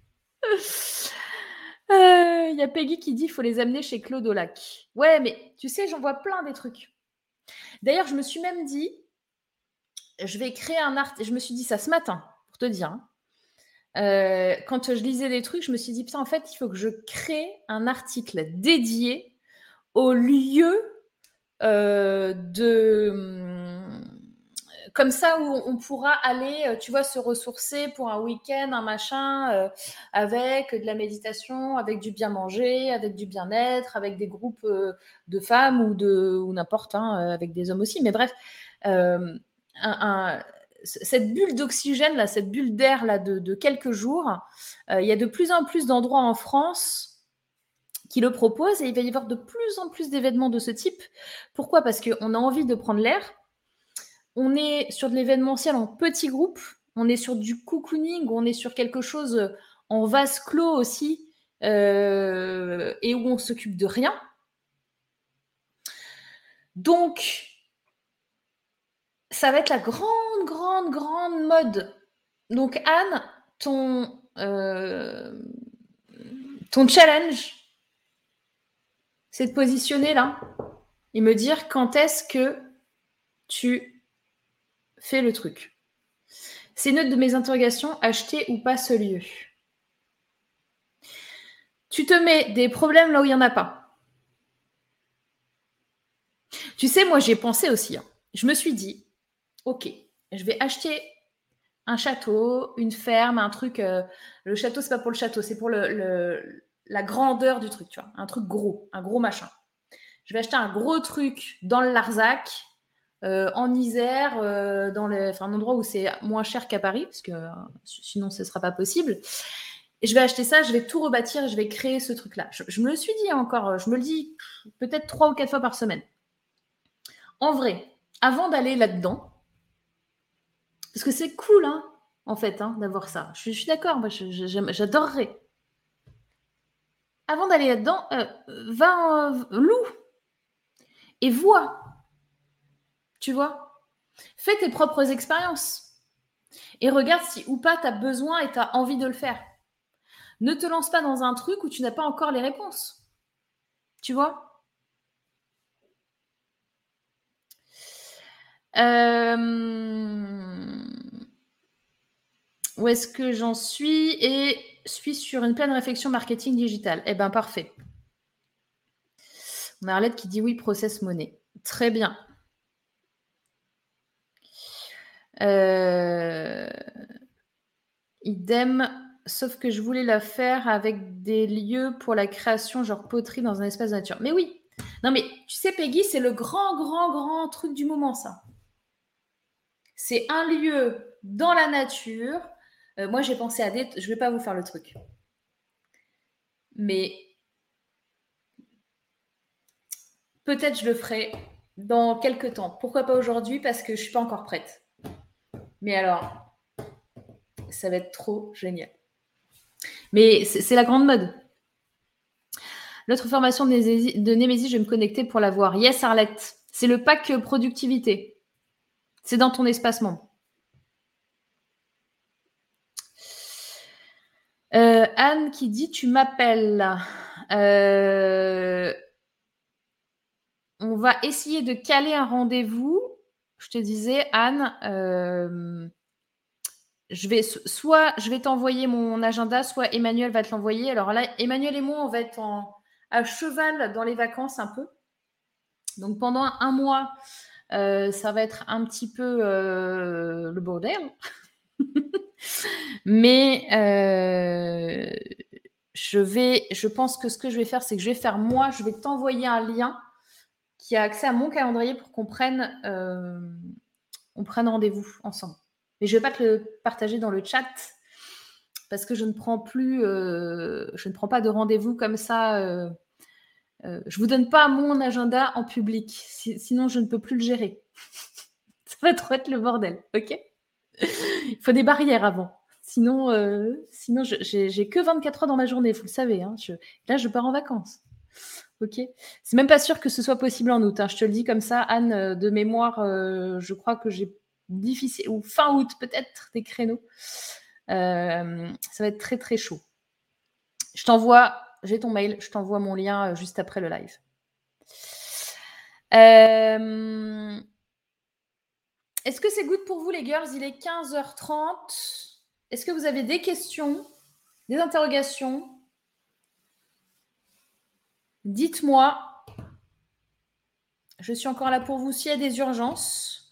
[SPEAKER 1] Il euh, y a Peggy qui dit qu'il faut les amener chez Claude au lac. Ouais, mais tu sais, j'en vois plein des trucs. D'ailleurs, je me suis même dit, je vais créer un article. Je me suis dit ça ce matin, pour te dire. Hein. Euh, quand je lisais des trucs, je me suis dit, putain, en fait, il faut que je crée un article dédié au lieu euh, de... Comme ça, où on pourra aller, tu vois, se ressourcer pour un week-end, un machin, euh, avec de la méditation, avec du bien manger, avec du bien-être, avec des groupes euh, de femmes ou, de, ou n'importe, hein, avec des hommes aussi. Mais bref, euh, un, un, cette bulle d'oxygène, là, cette bulle d'air là, de, de quelques jours, euh, il y a de plus en plus d'endroits en France qui le proposent et il va y avoir de plus en plus d'événements de ce type. Pourquoi? Parce qu'on a envie de prendre l'air. On est sur de l'événementiel en petits groupes, on est sur du cocooning, on est sur quelque chose en vase clos aussi, euh, et où on s'occupe de rien. Donc, ça va être la grande, grande, grande mode. Donc, Anne, ton, euh, ton challenge, c'est de positionner là et me dire quand est-ce que tu fais le truc. C'est note de mes interrogations, acheter ou pas ce lieu. Tu te mets des problèmes là où il n'y en a pas. Tu sais, moi, j'ai pensé aussi. Hein. Je me suis dit, ok, je vais acheter un château, une ferme, un truc. Euh, le château, c'est pas pour le château, c'est pour le, le, la grandeur du truc, tu vois. Un truc gros, un gros machin. Je vais acheter un gros truc dans le Larzac, euh, en Isère, euh, dans le, enfin, un endroit où c'est moins cher qu'à Paris, parce que euh, sinon, ce ne sera pas possible. Et je vais acheter ça, je vais tout rebâtir, je vais créer ce truc-là. Je, je me le suis dit encore, je me le dis peut-être trois ou quatre fois par semaine. En vrai, avant d'aller là-dedans, parce que c'est cool, hein, en fait, hein, d'avoir ça. Je, je suis d'accord, moi, je, je, j'adorerais. Avant d'aller là-dedans, euh, va euh, loue et vois. Tu vois, fais tes propres expériences et regarde si ou pas tu as besoin et tu as envie de le faire. Ne te lance pas dans un truc où tu n'as pas encore les réponses. Tu vois euh... Où est-ce que j'en suis et suis sur une pleine réflexion marketing digital. Eh bien, parfait. On a Arlette qui dit oui, process monnaie. Très bien. Euh... Idem, sauf que je voulais la faire avec des lieux pour la création, genre poterie dans un espace de nature. Mais oui. Non, mais tu sais, Peggy, c'est le grand, grand, grand truc du moment, ça. C'est un lieu dans la nature. Euh, moi, j'ai pensé à des... Je ne vais pas vous faire le truc. Mais peut-être je le ferai dans quelques temps. Pourquoi pas aujourd'hui? Parce que je ne suis pas encore prête. Mais alors, ça va être trop génial. Mais c'est, c'est la grande mode. L'autre formation de Némésis, je vais me connecter pour la voir. Yes, Arlette. C'est le pack productivité. C'est dans ton espace membre. Euh, Anne qui dit, tu m'appelles. Euh, on va essayer de caler un rendez-vous. Je te disais, Anne, euh, je vais, soit je vais t'envoyer mon agenda, soit Emmanuel va te l'envoyer. Alors là, Emmanuel et moi, on va être en, à cheval dans les vacances un peu. Donc pendant un mois, euh, ça va être un petit peu euh, le bordel. Mais euh, je vais, je pense que ce que je vais faire, c'est que je vais faire moi, je vais t'envoyer un lien qui a accès à mon calendrier pour qu'on prenne, euh, on prenne rendez-vous ensemble. Mais je ne vais pas te le partager dans le chat parce que je ne prends plus, euh, je ne prends pas de rendez-vous comme ça. Euh, euh, je vous donne pas mon agenda en public, si, sinon je ne peux plus le gérer. Ça va trop être le bordel, ok? Il faut des barrières avant. Sinon, euh, sinon je, j'ai, j'ai que vingt-quatre heures dans ma journée, vous le savez. Hein, je, là, je pars en vacances. Ok. C'est même pas sûr que ce soit possible en août. Hein, je te le dis comme ça, Anne, de mémoire, euh, je crois que j'ai difficile, ou fin août peut-être, des créneaux. Euh, ça va être très très chaud. Je t'envoie, j'ai ton mail, je t'envoie mon lien euh, juste après le live. Euh, est-ce que c'est good pour vous les girls? Il est quinze heures trente. Est-ce que vous avez des questions, des interrogations? Dites-moi. Je suis encore là pour vous s'il y a des urgences.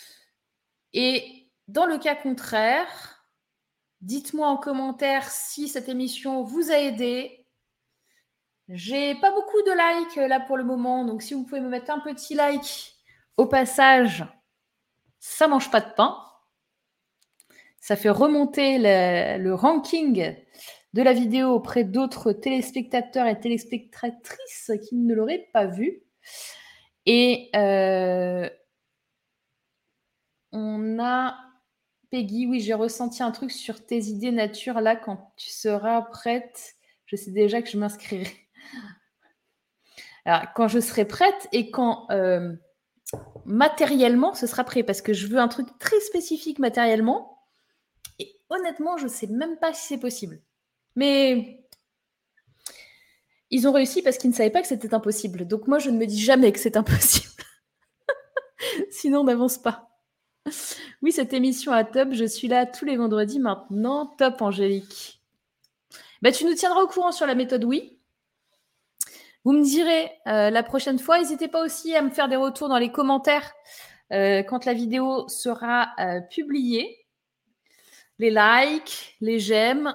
[SPEAKER 1] Et dans le cas contraire, dites-moi en commentaire si cette émission vous a aidé. J'ai pas beaucoup de likes là pour le moment, donc si vous pouvez me mettre un petit like au passage, ça mange pas de pain. Ça fait remonter le, le ranking de la vidéo auprès d'autres téléspectateurs et téléspectatrices qui ne l'auraient pas vu. Et euh, on a Peggy, oui, j'ai ressenti un truc sur tes idées nature là. Quand tu seras prête, je sais déjà que je m'inscrirai. Alors, quand je serai prête et quand euh, matériellement ce sera prêt, parce que je veux un truc très spécifique matériellement. Et honnêtement, je ne sais même pas si c'est possible. Mais ils ont réussi parce qu'ils ne savaient pas que c'était impossible. Donc moi, je ne me dis jamais que c'est impossible. Sinon, on n'avance pas. Oui, cette émission à top, je suis là tous les vendredis maintenant. Top, Angélique. Bah, tu nous tiendras au courant sur la méthode oui. Vous me direz euh, la prochaine fois. N'hésitez pas aussi à me faire des retours dans les commentaires euh, quand la vidéo sera euh, publiée. Les likes, les j'aime.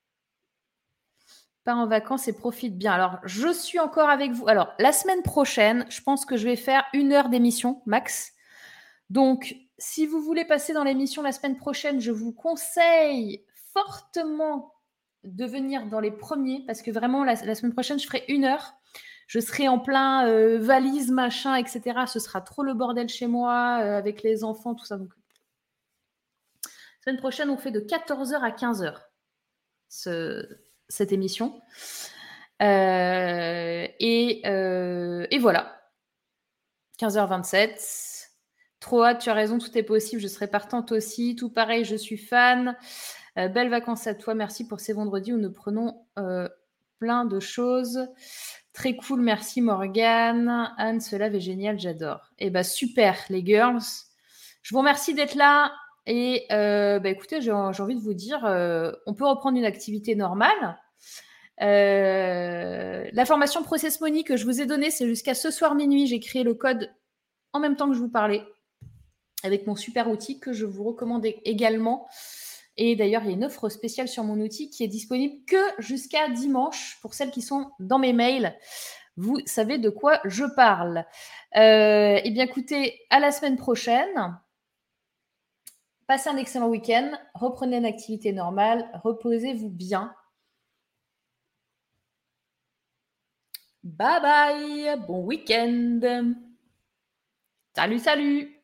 [SPEAKER 1] Pars en vacances et profite bien. Alors, je suis encore avec vous. Alors, la semaine prochaine, je pense que je vais faire une heure d'émission, max. Donc, si vous voulez passer dans l'émission la semaine prochaine, je vous conseille fortement de venir dans les premiers, parce que vraiment, la, la semaine prochaine, je ferai une heure. Je serai en plein euh, valise, machin, et cetera. Ce sera trop le bordel chez moi, euh, avec les enfants, tout ça. Donc, la semaine prochaine, on fait de quatorze heures à quinze heures ce, cette émission. Euh, et, euh, et voilà. quinze heures vingt-sept. Trop hâte, tu as raison, tout est possible. Je serai partante aussi. Tout pareil, je suis fan. Euh, belles vacances à toi. Merci pour ces vendredis où nous prenons euh, plein de choses. Très cool, merci Morgane. Anne, ce live est génial, j'adore. Et bah super, les girls. Je vous remercie d'être là. Et euh, bah, écoutez, j'ai, j'ai envie de vous dire, euh, on peut reprendre une activité normale. Euh, la formation Process Money que je vous ai donnée, c'est jusqu'à ce soir minuit. J'ai créé le code en même temps que je vous parlais avec mon super outil que je vous recommande également. Et d'ailleurs, il y a une offre spéciale sur mon outil qui est disponible que jusqu'à dimanche pour celles qui sont dans mes mails. Vous savez de quoi je parle. Euh, eh bien, écoutez, à la semaine prochaine. Passez un excellent week-end. Reprenez une activité normale. Reposez-vous bien. Bye bye. Bon week-end. Salut, salut.